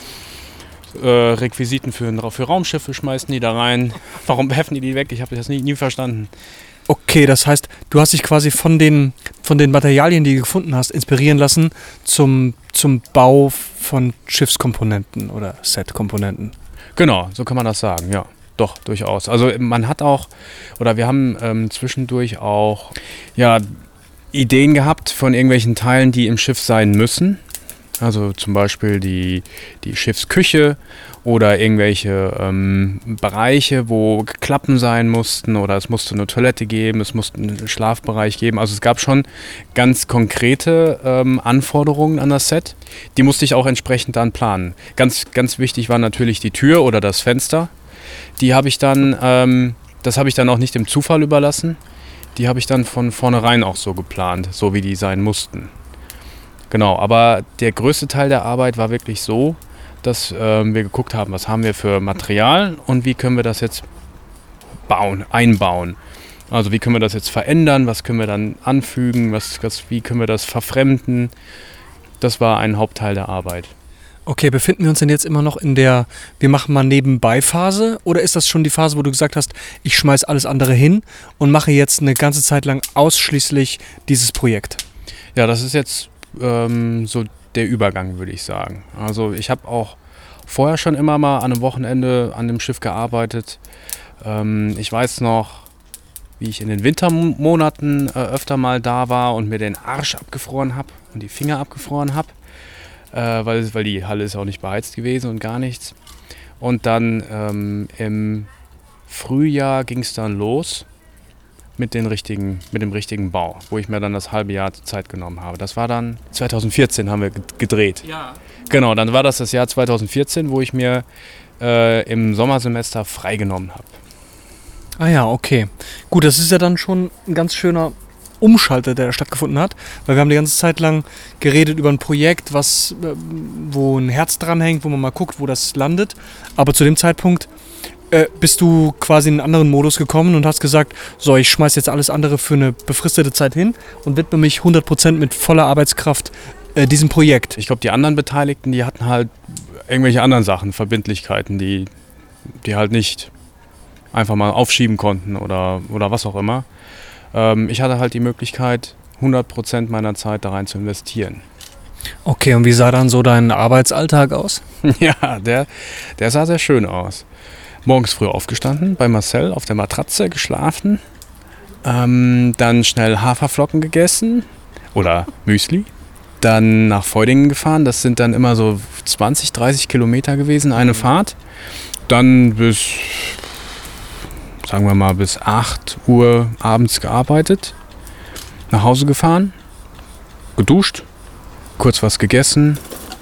Äh, Requisiten für, für Raumschiffe schmeißen die da rein. Warum werfen die die weg? Ich habe das nie, nie verstanden. Okay, das heißt, du hast dich quasi von den, von den Materialien, die du gefunden hast, inspirieren lassen zum, zum Bau von Schiffskomponenten oder Setkomponenten. Genau, so kann man das sagen, ja. Doch, durchaus. Also man hat auch, oder wir haben ähm, zwischendurch auch ja, Ideen gehabt von irgendwelchen Teilen, die im Schiff sein müssen. Also zum Beispiel die, die Schiffsküche oder irgendwelche ähm, Bereiche, wo Klappen sein mussten oder es musste eine Toilette geben, es musste einen Schlafbereich geben. Also es gab schon ganz konkrete ähm, Anforderungen an das Set. Die musste ich auch entsprechend dann planen. Ganz, ganz wichtig war natürlich die Tür oder das Fenster. Die habe ich dann, ähm, das habe ich dann auch nicht dem Zufall überlassen. Die habe ich dann von vornherein auch so geplant, so wie die sein mussten. Genau, aber der größte Teil der Arbeit war wirklich so, dass ähm, wir geguckt haben, was haben wir für Material und wie können wir das jetzt bauen, einbauen. Also wie können wir das jetzt verändern, was können wir dann anfügen, was, was, wie können wir das verfremden. Das war ein Hauptteil der Arbeit. Okay, befinden wir uns denn jetzt immer noch in der wir machen mal nebenbei Phase oder ist das schon die Phase, wo du gesagt hast, ich schmeiß alles andere hin und mache jetzt eine ganze Zeit lang ausschließlich dieses Projekt? Ja, das ist jetzt ähm, so der Übergang, würde ich sagen. Also ich habe auch vorher schon immer mal an einem Wochenende an dem Schiff gearbeitet. Ähm, ich weiß noch, wie ich in den Wintermonaten äh, öfter mal da war und mir den Arsch abgefroren habe und die Finger abgefroren habe. Äh, weil, weil die Halle ist auch nicht beheizt gewesen und gar nichts. Und dann ähm, im Frühjahr ging es dann los mit, den richtigen, mit dem richtigen Bau, wo ich mir dann das halbe Jahr Zeit genommen habe. Das war dann zweitausendvierzehn haben wir gedreht. Ja. Genau, dann war das das Jahr zweitausendvierzehn, wo ich mir äh, im Sommersemester freigenommen habe. Ah ja, okay. Gut, das ist ja dann schon ein ganz schöner Umschalter, der da stattgefunden hat, weil wir haben die ganze Zeit lang geredet über ein Projekt, was, äh, wo ein Herz dran hängt, wo man mal guckt, wo das landet. Aber zu dem Zeitpunkt äh, bist du quasi in einen anderen Modus gekommen und hast gesagt, so, ich schmeiß jetzt alles andere für eine befristete Zeit hin und widme mich hundert Prozent mit voller Arbeitskraft äh, diesem Projekt. Ich glaube, die anderen Beteiligten, die hatten halt irgendwelche anderen Sachen, Verbindlichkeiten, die, die halt nicht einfach mal aufschieben konnten oder, oder was auch immer. Ich hatte halt die Möglichkeit, hundert Prozent meiner Zeit da rein zu investieren. Okay, und wie sah dann so dein Arbeitsalltag aus? Ja, der, der sah sehr schön aus. Morgens früh aufgestanden, bei Marcel auf der Matratze geschlafen, ähm, dann schnell Haferflocken gegessen oder Müsli, dann nach Feudingen gefahren, das sind dann immer so zwanzig, dreißig Kilometer gewesen, eine Fahrt, dann bis... sagen wir mal bis acht Uhr abends gearbeitet, nach Hause gefahren, geduscht, kurz was gegessen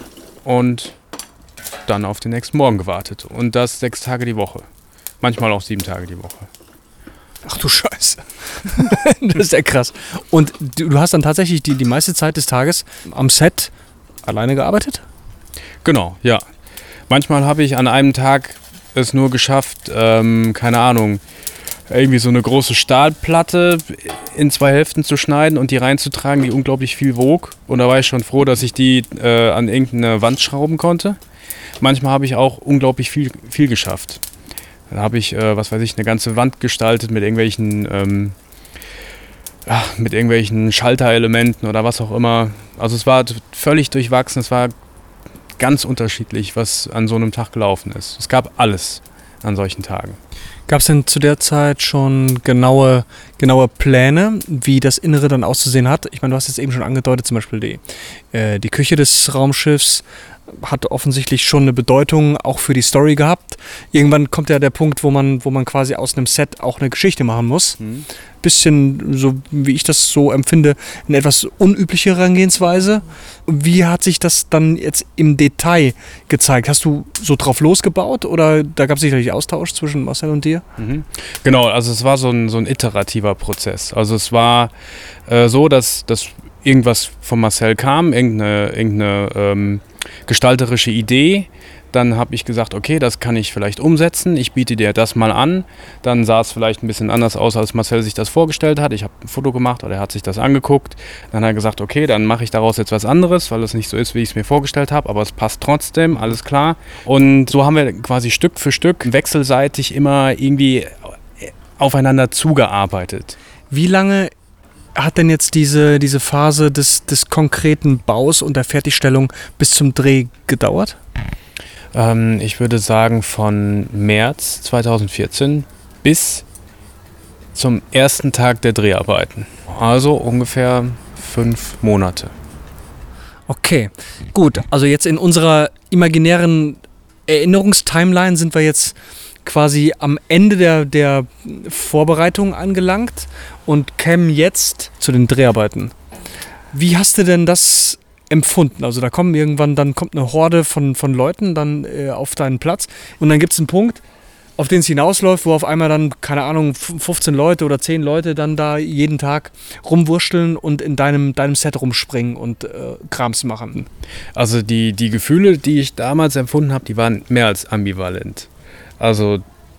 und dann auf den nächsten Morgen gewartet. Und das sechs Tage die Woche. Manchmal auch sieben Tage die Woche. Ach du Scheiße. Das ist ja krass. Und du hast dann tatsächlich die, die meiste Zeit des Tages am Set alleine gearbeitet? Genau, ja. Manchmal habe ich an einem Tag es nur geschafft, ähm, keine Ahnung, irgendwie so eine große Stahlplatte in zwei Hälften zu schneiden und die reinzutragen, die unglaublich viel wog. Und da war ich schon froh, dass ich die äh, an irgendeine Wand schrauben konnte. Manchmal habe ich auch unglaublich viel, viel geschafft. Da habe ich, äh, was weiß ich, eine ganze Wand gestaltet mit irgendwelchen, ähm, ja, mit irgendwelchen Schalterelementen oder was auch immer. Also es war völlig durchwachsen, es war ganz unterschiedlich, was an so einem Tag gelaufen ist. Es gab alles an solchen Tagen. Gab es denn zu der Zeit schon genaue, genaue Pläne, wie das Innere dann auszusehen hat? Ich meine, du hast jetzt eben schon angedeutet, zum Beispiel die, äh, die Küche des Raumschiffs hat offensichtlich schon eine Bedeutung auch für die Story gehabt. Irgendwann kommt ja der Punkt, wo man, wo man quasi aus einem Set auch eine Geschichte machen muss. Mhm. Bisschen, so wie ich das so empfinde, eine etwas unübliche Herangehensweise. Wie hat sich das dann jetzt im Detail gezeigt? Hast du so drauf losgebaut oder da gab es sicherlich Austausch zwischen Marcel und dir? Mhm. Genau, also es war so ein, so ein iterativer Prozess. Also es war äh, so, dass, dass irgendwas von Marcel kam, irgendeine, irgendeine ähm, gestalterische Idee. Dann habe ich gesagt, okay, das kann ich vielleicht umsetzen. Ich biete dir das mal an. Dann sah es vielleicht ein bisschen anders aus, als Marcel sich das vorgestellt hat. Ich habe ein Foto gemacht oder er hat sich das angeguckt. Dann hat er gesagt, okay, dann mache ich daraus jetzt was anderes, weil es nicht so ist, wie ich es mir vorgestellt habe. Aber es passt trotzdem, alles klar. Und so haben wir quasi Stück für Stück wechselseitig immer irgendwie aufeinander zugearbeitet. Wie lange hat denn jetzt diese, diese Phase des, des konkreten Baus und der Fertigstellung bis zum Dreh gedauert? Ähm, ich würde sagen von März zweitausendvierzehn bis zum ersten Tag der Dreharbeiten. Also ungefähr fünf Monate. Okay, gut. Also jetzt in unserer imaginären Erinnerungstimeline sind wir jetzt quasi am Ende der, der Vorbereitung angelangt und kämen jetzt zu den Dreharbeiten. Wie hast du denn das empfunden? Also da kommen irgendwann, dann kommt eine Horde von, von Leuten dann äh, auf deinen Platz und dann gibt es einen Punkt, auf den es hinausläuft, wo auf einmal dann, keine Ahnung, fünfzehn Leute oder zehn Leute dann da jeden Tag rumwurschteln und in deinem, deinem Set rumspringen und äh, Krams machen. Also die, die Gefühle, die ich damals empfunden habe, die waren mehr als ambivalent. Also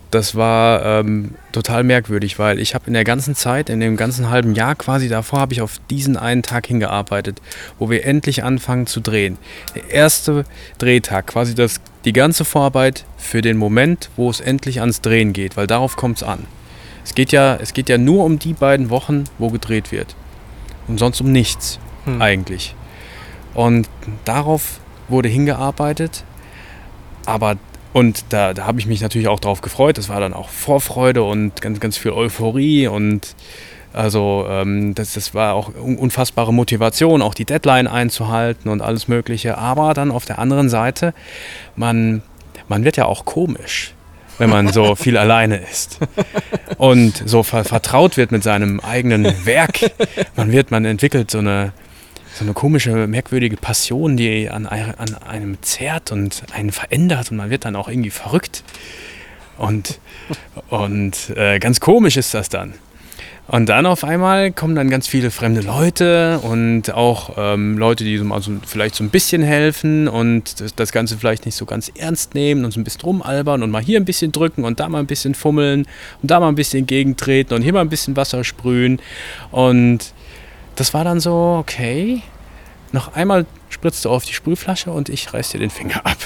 das war ähm, total merkwürdig, weil ich habe in der ganzen Zeit, in dem ganzen halben Jahr quasi davor, habe ich auf diesen einen Tag hingearbeitet, wo wir endlich anfangen zu drehen. Der erste Drehtag, quasi das, die ganze Vorarbeit für den Moment, wo es endlich ans Drehen geht, weil darauf kommt es an. Es geht ja, es geht ja nur um die beiden Wochen, wo gedreht wird. Und sonst um nichts, hm. eigentlich. Und darauf wurde hingearbeitet, aber und da, da habe ich mich natürlich auch drauf gefreut. Das war dann auch Vorfreude und ganz, ganz viel Euphorie und also ähm, das, das war auch unfassbare Motivation, auch die Deadline einzuhalten und alles Mögliche. Aber dann auf der anderen Seite, man, man wird ja auch komisch, wenn man so viel alleine ist und so ver- vertraut wird mit seinem eigenen Werk. Man wird, man entwickelt so eine So eine komische, merkwürdige Passion, die an, an einem zerrt und einen verändert und man wird dann auch irgendwie verrückt. Und, und äh, ganz komisch ist das dann. Und dann auf einmal kommen dann ganz viele fremde Leute und auch ähm, Leute, die so mal so vielleicht so ein bisschen helfen und das, das Ganze vielleicht nicht so ganz ernst nehmen und so ein bisschen rumalbern und mal hier ein bisschen drücken und da mal ein bisschen fummeln und da mal ein bisschen gegentreten und hier mal ein bisschen Wasser sprühen. Und das war dann so, okay, noch einmal spritzt du auf die Sprühflasche und ich reiß dir den Finger ab.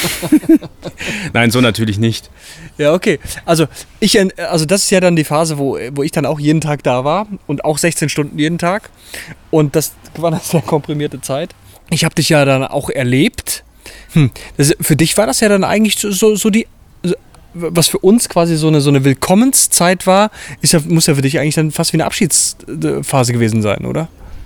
Nein, so natürlich nicht. Ja, okay. Also, ich, also das ist ja dann die Phase, wo, wo ich dann auch jeden Tag da war und auch sechzehn Stunden jeden Tag. Und das war eine sehr komprimierte Zeit. Ich habe dich ja dann auch erlebt. Hm, das, für dich war das ja dann eigentlich so, so die... Was für uns quasi so eine, so eine Willkommenszeit war, ist ja, muss ja für dich eigentlich dann fast wie eine Abschiedsphase gewesen sein, oder?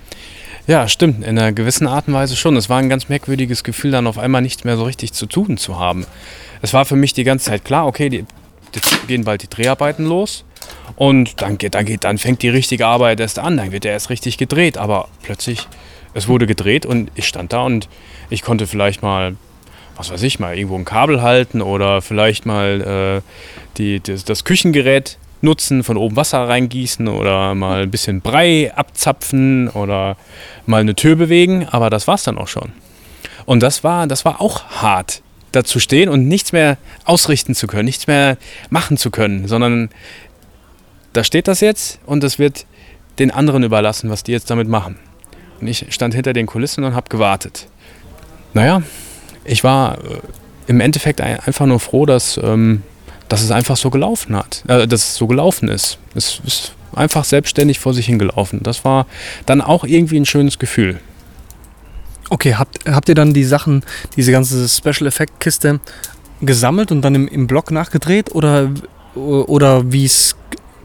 Ja, stimmt. In einer gewissen Art und Weise schon. Es war ein ganz merkwürdiges Gefühl, dann auf einmal nichts mehr so richtig zu tun zu haben. Es war für mich die ganze Zeit klar, okay, die, jetzt gehen bald die Dreharbeiten los und dann, geht, dann, geht, dann fängt die richtige Arbeit erst an, dann wird er erst richtig gedreht. Aber plötzlich, es wurde gedreht und ich stand da und ich konnte vielleicht mal was weiß ich, mal irgendwo ein Kabel halten oder vielleicht mal äh, die, das, das Küchengerät nutzen, von oben Wasser reingießen oder mal ein bisschen Brei abzapfen oder mal eine Tür bewegen, aber das war's dann auch schon. Und das war, das war auch hart, da zu stehen und nichts mehr ausrichten zu können, nichts mehr machen zu können, sondern da steht das jetzt und es wird den anderen überlassen, was die jetzt damit machen. Und ich stand hinter den Kulissen und habe gewartet. Naja, ich war äh, im Endeffekt ein, einfach nur froh, dass, ähm, dass es einfach so gelaufen hat, äh, dass es so gelaufen ist. Es ist einfach selbstständig vor sich hingelaufen. Das war dann auch irgendwie ein schönes Gefühl. Okay, habt, habt ihr dann die Sachen, diese ganze Special-Effect-Kiste gesammelt und dann im, im Blog nachgedreht oder, oder wie es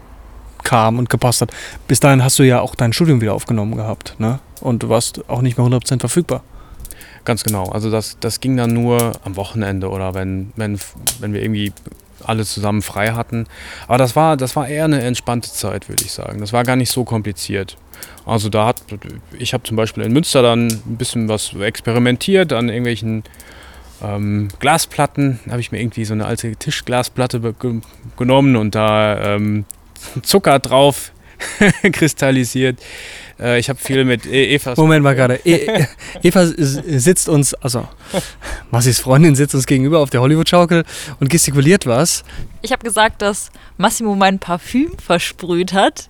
kam und gepasst hat? Bis dahin hast du ja auch dein Studium wieder aufgenommen gehabt, ne? Und du warst auch nicht mehr hundert Prozent verfügbar. Ganz genau. Also das, das ging dann nur am Wochenende oder wenn, wenn, wenn wir irgendwie alle zusammen frei hatten. Aber das war, das war eher eine entspannte Zeit, würde ich sagen. Das war gar nicht so kompliziert. Also da hat, ich habe zum Beispiel in Münster dann ein bisschen was experimentiert an irgendwelchen ähm, Glasplatten. Da habe ich mir irgendwie so eine alte Tischglasplatte be- genommen und da ähm, Zucker drauf kristallisiert. Äh, ich habe viel mit e- Evas... Moment mal gerade. E- Eva sitzt uns, also Massis Freundin sitzt uns gegenüber auf der Hollywood-Schaukel und gestikuliert was. Ich habe gesagt, dass Massimo mein Parfüm versprüht hat,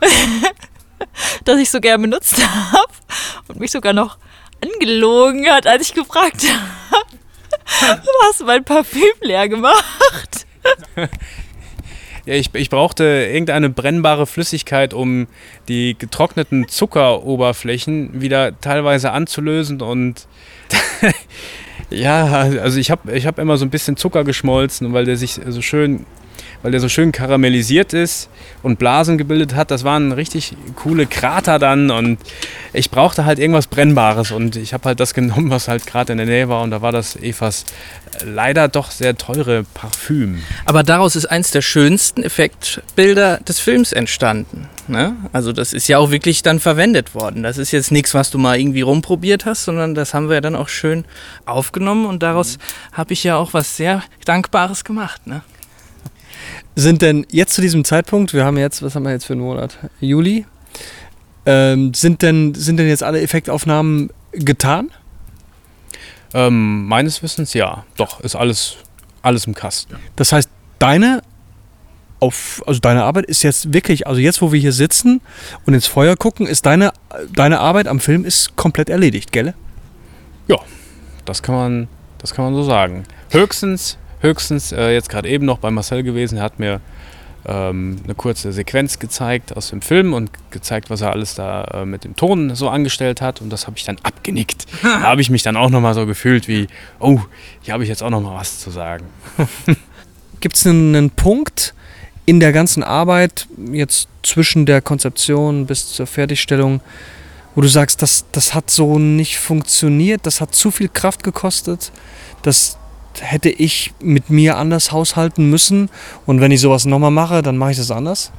das ich so gern benutzt habe und mich sogar noch angelogen hat, als ich gefragt habe, du hast mein Parfüm leer gemacht. Ja, ich, ich brauchte irgendeine brennbare Flüssigkeit, um die getrockneten Zuckeroberflächen wieder teilweise anzulösen und ja, also ich habe ich hab immer so ein bisschen Zucker geschmolzen, weil der sich so schön, weil der so schön karamellisiert ist und Blasen gebildet hat. Das waren richtig coole Krater dann und ich brauchte halt irgendwas Brennbares und ich habe halt das genommen, was halt gerade in der Nähe war und da war das Evas leider doch sehr teure Parfüm. Aber daraus ist eins der schönsten Effektbilder des Films entstanden. Ne? Also das ist ja auch wirklich dann verwendet worden. Das ist jetzt nichts, was du mal irgendwie rumprobiert hast, sondern das haben wir ja dann auch schön aufgenommen und daraus mhm. habe ich ja auch was sehr Dankbares gemacht. Ne? Sind denn jetzt zu diesem Zeitpunkt, wir haben jetzt, was haben wir jetzt für einen Monat? Juli. Ähm, sind denn, sind denn jetzt alle Effektaufnahmen getan? Ähm, meines Wissens ja. Doch, ist alles, alles im Kasten. Das heißt, deine auf, also deine Arbeit ist jetzt wirklich, also jetzt, wo wir hier sitzen und ins Feuer gucken, ist deine, deine Arbeit am Film ist komplett erledigt, gell? Ja, das kann man, das kann man so sagen. Höchstens, höchstens äh, jetzt gerade eben noch bei Marcel gewesen, er hat mir ähm, eine kurze Sequenz gezeigt aus dem Film und gezeigt, was er alles da äh, mit dem Ton so angestellt hat und das habe ich dann abgenickt. Da habe ich mich dann auch nochmal so gefühlt wie, oh, hier habe ich jetzt auch nochmal was zu sagen. Gibt es einen, einen Punkt in der ganzen Arbeit, jetzt zwischen der Konzeption bis zur Fertigstellung, wo du sagst, das, das hat so nicht funktioniert, das hat zu viel Kraft gekostet, das hätte ich mit mir anders haushalten müssen und wenn ich sowas nochmal mache, dann mache ich das anders?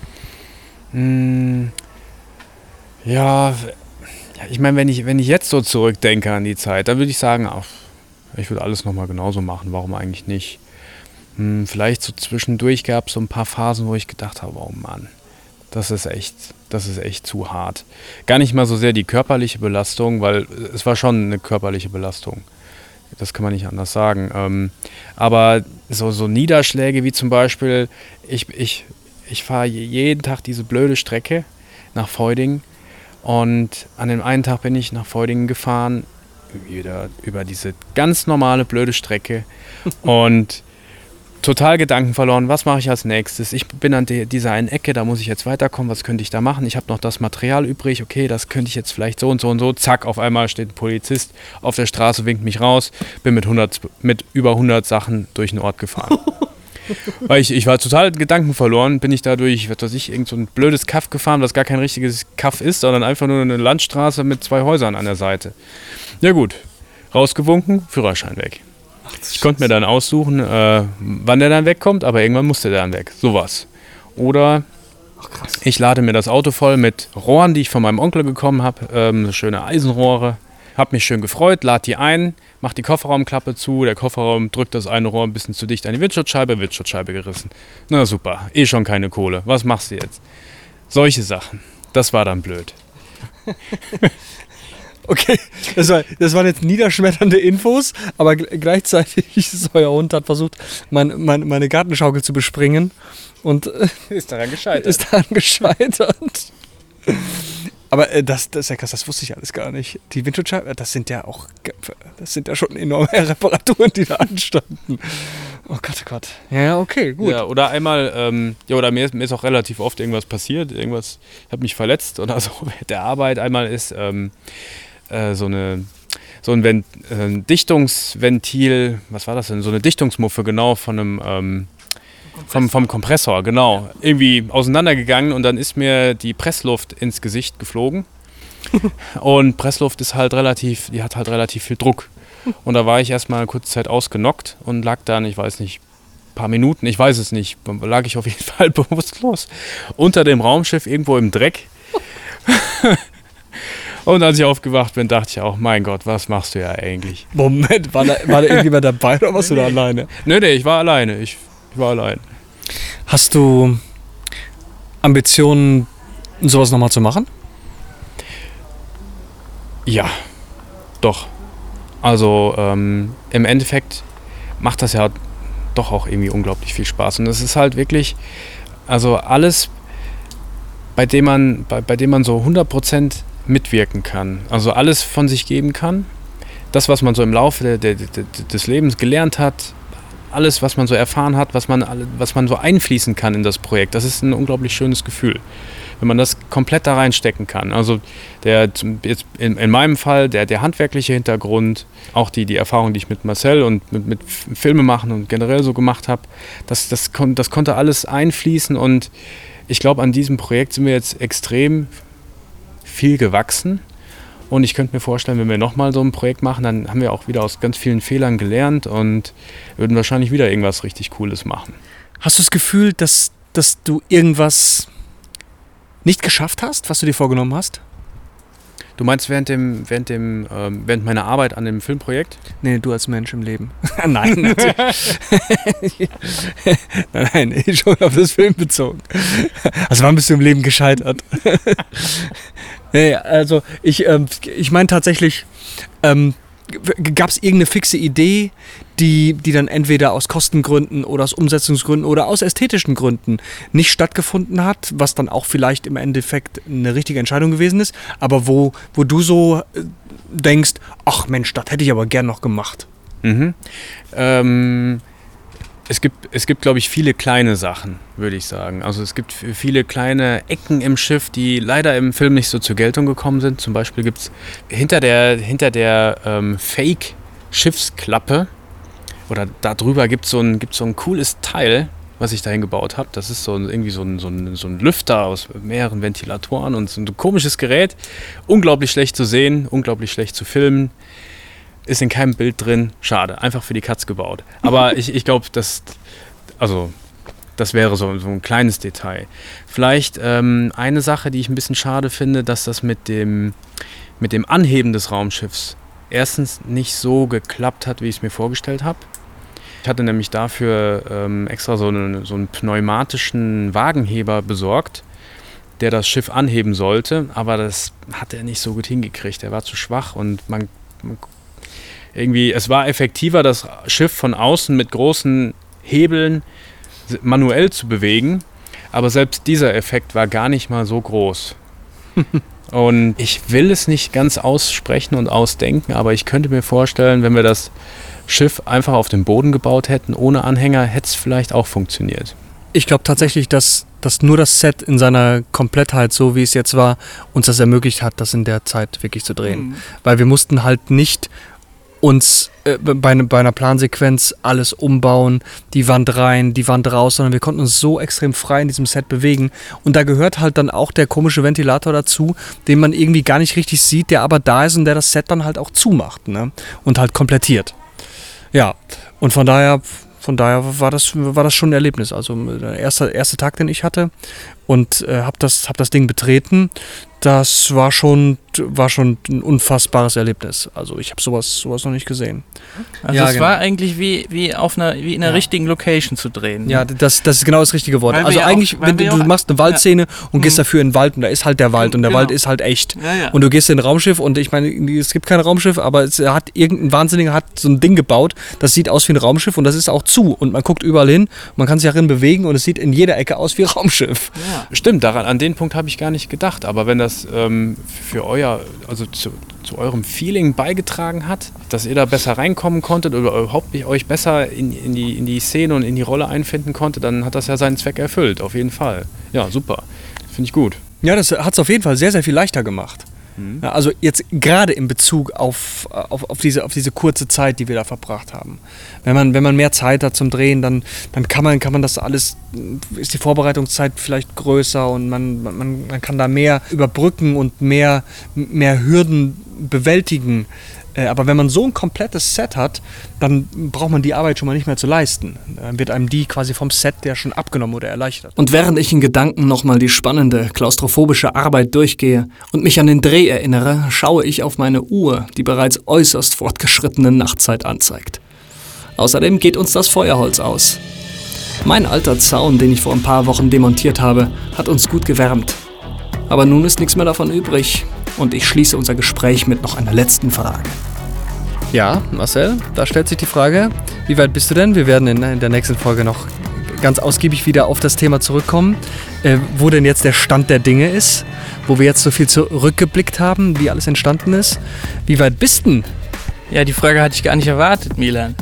Hm, ja, ich meine, wenn ich, wenn ich jetzt so zurückdenke an die Zeit, dann würde ich sagen, ach, ich würde alles nochmal genauso machen, warum eigentlich nicht? Hm, vielleicht so zwischendurch gab es so ein paar Phasen, wo ich gedacht habe, oh Mann, das ist echt, das ist echt zu hart. Gar nicht mal so sehr die körperliche Belastung, weil es war schon eine körperliche Belastung. Das kann man nicht anders sagen. Ähm, aber so, so Niederschläge wie zum Beispiel, ich, ich, ich fahre jeden Tag diese blöde Strecke nach Feudingen und an dem einen Tag bin ich nach Feudingen gefahren, wieder über diese ganz normale blöde Strecke und total Gedanken verloren, was mache ich als nächstes? Ich bin an die, dieser einen Ecke, da muss ich jetzt weiterkommen, was könnte ich da machen? Ich habe noch das Material übrig, okay, das könnte ich jetzt vielleicht so und so und so. Zack, auf einmal steht ein Polizist auf der Straße, winkt mich raus, bin mit, hundert, mit über hundert Sachen durch den Ort gefahren. Weil ich, ich war total Gedanken verloren, bin ich dadurch, was weiß ich, irgend so ein blödes Kaff gefahren, was gar kein richtiges Kaff ist, sondern einfach nur eine Landstraße mit zwei Häusern an der Seite. Ja gut, rausgewunken, Führerschein weg. Ich konnte mir dann aussuchen, äh, wann der dann wegkommt, aber irgendwann musste der dann weg. Sowas. Oder Ach, ich lade mir das Auto voll mit Rohren, die ich von meinem Onkel bekommen habe, ähm, schöne Eisenrohre. Hab mich schön gefreut, lade die ein, mach die Kofferraumklappe zu, der Kofferraum drückt das eine Rohr ein bisschen zu dicht an die Windschutzscheibe, Windschutzscheibe gerissen. Na super, eh schon keine Kohle. Was machst du jetzt? Solche Sachen. Das war dann blöd. Okay, das, war, das waren jetzt niederschmetternde Infos, aber g- gleichzeitig ist euer Hund hat versucht, mein, mein, meine Gartenschaukel zu bespringen und äh, Ist daran gescheitert. ist daran gescheitert. Aber äh, das, das ist ja krass, das wusste ich alles gar nicht. Die Windschutzscheiben, das sind ja auch, das sind ja schon enorme Reparaturen, die da anstanden. Oh Gott, oh Gott. Ja, okay, gut. Ja, oder einmal, ähm, ja, oder mir ist, mir ist auch relativ oft irgendwas passiert, irgendwas, ich habe mich verletzt oder so während der Arbeit. Einmal ist ähm, äh, so eine, so ein, Vent, äh, ein Dichtungsventil, was war das denn, so eine Dichtungsmuffe genau von einem, ähm, vom, vom Kompressor, genau, irgendwie auseinandergegangen und dann ist mir die Pressluft ins Gesicht geflogen und Pressluft ist halt relativ, die hat halt relativ viel Druck. Und da war ich erstmal eine kurze Zeit ausgenockt und lag dann, ich weiß nicht, ein paar Minuten, ich weiß es nicht, lag ich auf jeden Fall bewusstlos unter dem Raumschiff irgendwo im Dreck. Und als ich aufgewacht bin, dachte ich auch, mein Gott, was machst du ja eigentlich? Moment, war da, war da irgendjemand dabei oder warst du da alleine? Nee, nee, ich war alleine, ich, ich war allein. Hast du Ambitionen, sowas nochmal zu machen? Ja, doch. Also ähm, im Endeffekt macht das ja doch auch irgendwie unglaublich viel Spaß. Und es ist halt wirklich, also alles, bei dem man, bei, bei dem man so hundert Prozent mitwirken kann. Also alles von sich geben kann. Das, was man so im Laufe der, der, der, des Lebens gelernt hat, alles, was man so erfahren hat, was man, was man so einfließen kann in das Projekt, das ist ein unglaublich schönes Gefühl. Wenn man das komplett da reinstecken kann. Also der, jetzt in, in meinem Fall der, der handwerkliche Hintergrund, auch die, die Erfahrung, die ich mit Marcel und mit, mit Filme machen und generell so gemacht habe, das, das, kon, das konnte alles einfließen und ich glaube, an diesem Projekt sind wir jetzt extrem viel gewachsen und ich könnte mir vorstellen, wenn wir nochmal so ein Projekt machen, dann haben wir auch wieder aus ganz vielen Fehlern gelernt und würden wahrscheinlich wieder irgendwas richtig Cooles machen. Hast du das Gefühl, dass, dass du irgendwas nicht geschafft hast, was du dir vorgenommen hast? Du meinst während dem, während dem, ähm, während meiner Arbeit an dem Filmprojekt? Nee, du als Mensch im Leben. Nein, natürlich. nein, nein, schon auf das Film bezogen. Also wann bist du im Leben gescheitert? nee, also ich, ähm, ich meine tatsächlich, ähm, gab es irgendeine fixe Idee, die, die dann entweder aus Kostengründen oder aus Umsetzungsgründen oder aus ästhetischen Gründen nicht stattgefunden hat, was dann auch vielleicht im Endeffekt eine richtige Entscheidung gewesen ist, aber wo, wo du so denkst, ach Mensch, das hätte ich aber gern noch gemacht? Mhm. Ähm, es gibt, es gibt, glaube ich, viele kleine Sachen, würde ich sagen. Also es gibt viele kleine Ecken im Schiff, die leider im Film nicht so zur Geltung gekommen sind. Zum Beispiel gibt es hinter der, hinter der ähm, Fake-Schiffsklappe oder darüber gibt es so ein, gibt's so ein cooles Teil, was ich dahin gebaut habe. Das ist so ein, irgendwie so ein, so, ein, so ein Lüfter aus mehreren Ventilatoren und so ein komisches Gerät. Unglaublich schlecht zu sehen, unglaublich schlecht zu filmen. Ist in keinem Bild drin. Schade. Einfach für die Katz gebaut. Aber ich, ich glaube, das, also, das wäre so, so ein kleines Detail. Vielleicht ähm, eine Sache, die ich ein bisschen schade finde, dass das mit dem, mit dem Anheben des Raumschiffs erstens nicht so geklappt hat, wie ich es mir vorgestellt habe. Ich hatte nämlich dafür ähm, extra so, eine, so einen pneumatischen Wagenheber besorgt, der das Schiff anheben sollte. Aber das hat er nicht so gut hingekriegt. Er war zu schwach und man, man irgendwie, es war effektiver, das Schiff von außen mit großen Hebeln manuell zu bewegen, aber selbst dieser Effekt war gar nicht mal so groß. Und ich will es nicht ganz aussprechen und ausdenken, aber ich könnte mir vorstellen, wenn wir das Schiff einfach auf dem Boden gebaut hätten, ohne Anhänger, hätte es vielleicht auch funktioniert. Ich glaube tatsächlich, dass, dass nur das Set in seiner Komplettheit, so wie es jetzt war, uns das ermöglicht hat, das in der Zeit wirklich zu drehen. Mhm. Weil wir mussten halt nicht uns äh, bei, ne, bei einer Plansequenz alles umbauen, die Wand rein, die Wand raus, sondern wir konnten uns so extrem frei in diesem Set bewegen. Und da gehört halt dann auch der komische Ventilator dazu, den man irgendwie gar nicht richtig sieht, der aber da ist und der das Set dann halt auch zumacht, ne? Und halt komplettiert. Ja, und von daher, von daher war das, war das schon ein Erlebnis. Also der erste, erste Tag, den ich hatte und äh, habe das, hab das Ding betreten, das war schon, war schon ein unfassbares Erlebnis. Also ich habe sowas, sowas noch nicht gesehen. Also ja, es genau. war eigentlich wie, wie, auf einer, wie in einer ja. richtigen Location zu drehen. Ja, das, das ist genau das richtige Wort. Weil also eigentlich, auch, wenn du, du machst eine Waldszene ja. und gehst mhm. dafür in den Wald und da ist halt der Wald und der genau. Wald ist halt echt. Ja, ja. Und du gehst in ein Raumschiff und ich meine, es gibt kein Raumschiff, aber es hat irgendein Wahnsinniger hat so ein Ding gebaut, das sieht aus wie ein Raumschiff und das ist auch zu und man guckt überall hin, man kann sich darin bewegen und es sieht in jeder Ecke aus wie ein Raumschiff. Ja. Stimmt, daran, an den Punkt habe ich gar nicht gedacht, aber wenn das ähm, für euer, also zu, zu eurem Feeling beigetragen hat, dass ihr da besser reinkommen konntet oder überhaupt euch besser in, in, die, in die Szene und in die Rolle einfinden konntet, dann hat das ja seinen Zweck erfüllt, auf jeden Fall. Ja, super. Finde ich gut. Ja, das hat es auf jeden Fall sehr, sehr viel leichter gemacht. Mhm. Ja, also jetzt gerade in Bezug auf, auf, auf, diese, auf diese kurze Zeit, die wir da verbracht haben. Wenn man, wenn man mehr Zeit hat zum Drehen, dann, dann kann man, kann man das alles, ist die Vorbereitungszeit vielleicht größer und man, man, man kann da mehr überbrücken und mehr, mehr Hürden bewältigen. Aber wenn man so ein komplettes Set hat, dann braucht man die Arbeit schon mal nicht mehr zu leisten. Dann wird einem die quasi vom Set ja schon abgenommen oder erleichtert. Und während ich in Gedanken nochmal die spannende, klaustrophobische Arbeit durchgehe und mich an den Dreh erinnere, schaue ich auf meine Uhr, die bereits äußerst fortgeschrittene Nachtzeit anzeigt. Außerdem geht uns das Feuerholz aus. Mein alter Zaun, den ich vor ein paar Wochen demontiert habe, hat uns gut gewärmt. Aber nun ist nichts mehr davon übrig. Und ich schließe unser Gespräch mit noch einer letzten Frage. Ja, Marcel, da stellt sich die Frage, wie weit bist du denn? Wir werden in, in der nächsten Folge noch ganz ausgiebig wieder auf das Thema zurückkommen, äh, wo denn jetzt der Stand der Dinge ist, wo wir jetzt so viel zurückgeblickt haben, wie alles entstanden ist. Wie weit bist du? Ja, die Frage hatte ich gar nicht erwartet, Milan.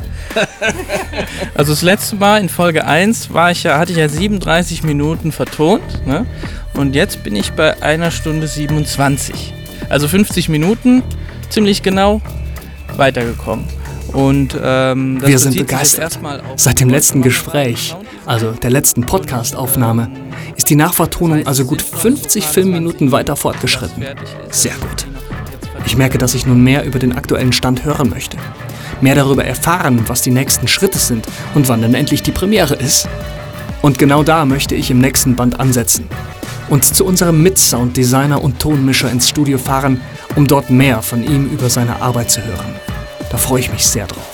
Also das letzte Mal in Folge eins war ich ja, hatte ich ja siebenunddreißig Minuten vertont, ne? Und jetzt bin ich bei einer Stunde siebenundzwanzig. Also fünfzig Minuten, ziemlich genau, weitergekommen. Und ähm, das wir sind begeistert. Seit dem letzten Gespräch, also der letzten Podcast-Aufnahme, ist die Nachvertonung also gut fünfzig Filmminuten weiter fortgeschritten. Sehr gut. Ich merke, dass ich nun mehr über den aktuellen Stand hören möchte. Mehr darüber erfahren, was die nächsten Schritte sind und wann denn endlich die Premiere ist. Und genau da möchte ich im nächsten Band ansetzen. Und zu unserem Mit-Sound-Designer und Tonmischer ins Studio fahren, um dort mehr von ihm über seine Arbeit zu hören. Da freue ich mich sehr drauf.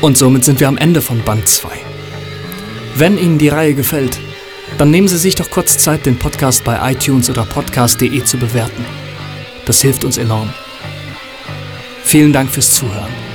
Und somit sind wir am Ende von Band zwei. Wenn Ihnen die Reihe gefällt, dann nehmen Sie sich doch kurz Zeit, den Podcast bei iTunes oder podcast punkt de zu bewerten. Das hilft uns enorm. Vielen Dank fürs Zuhören.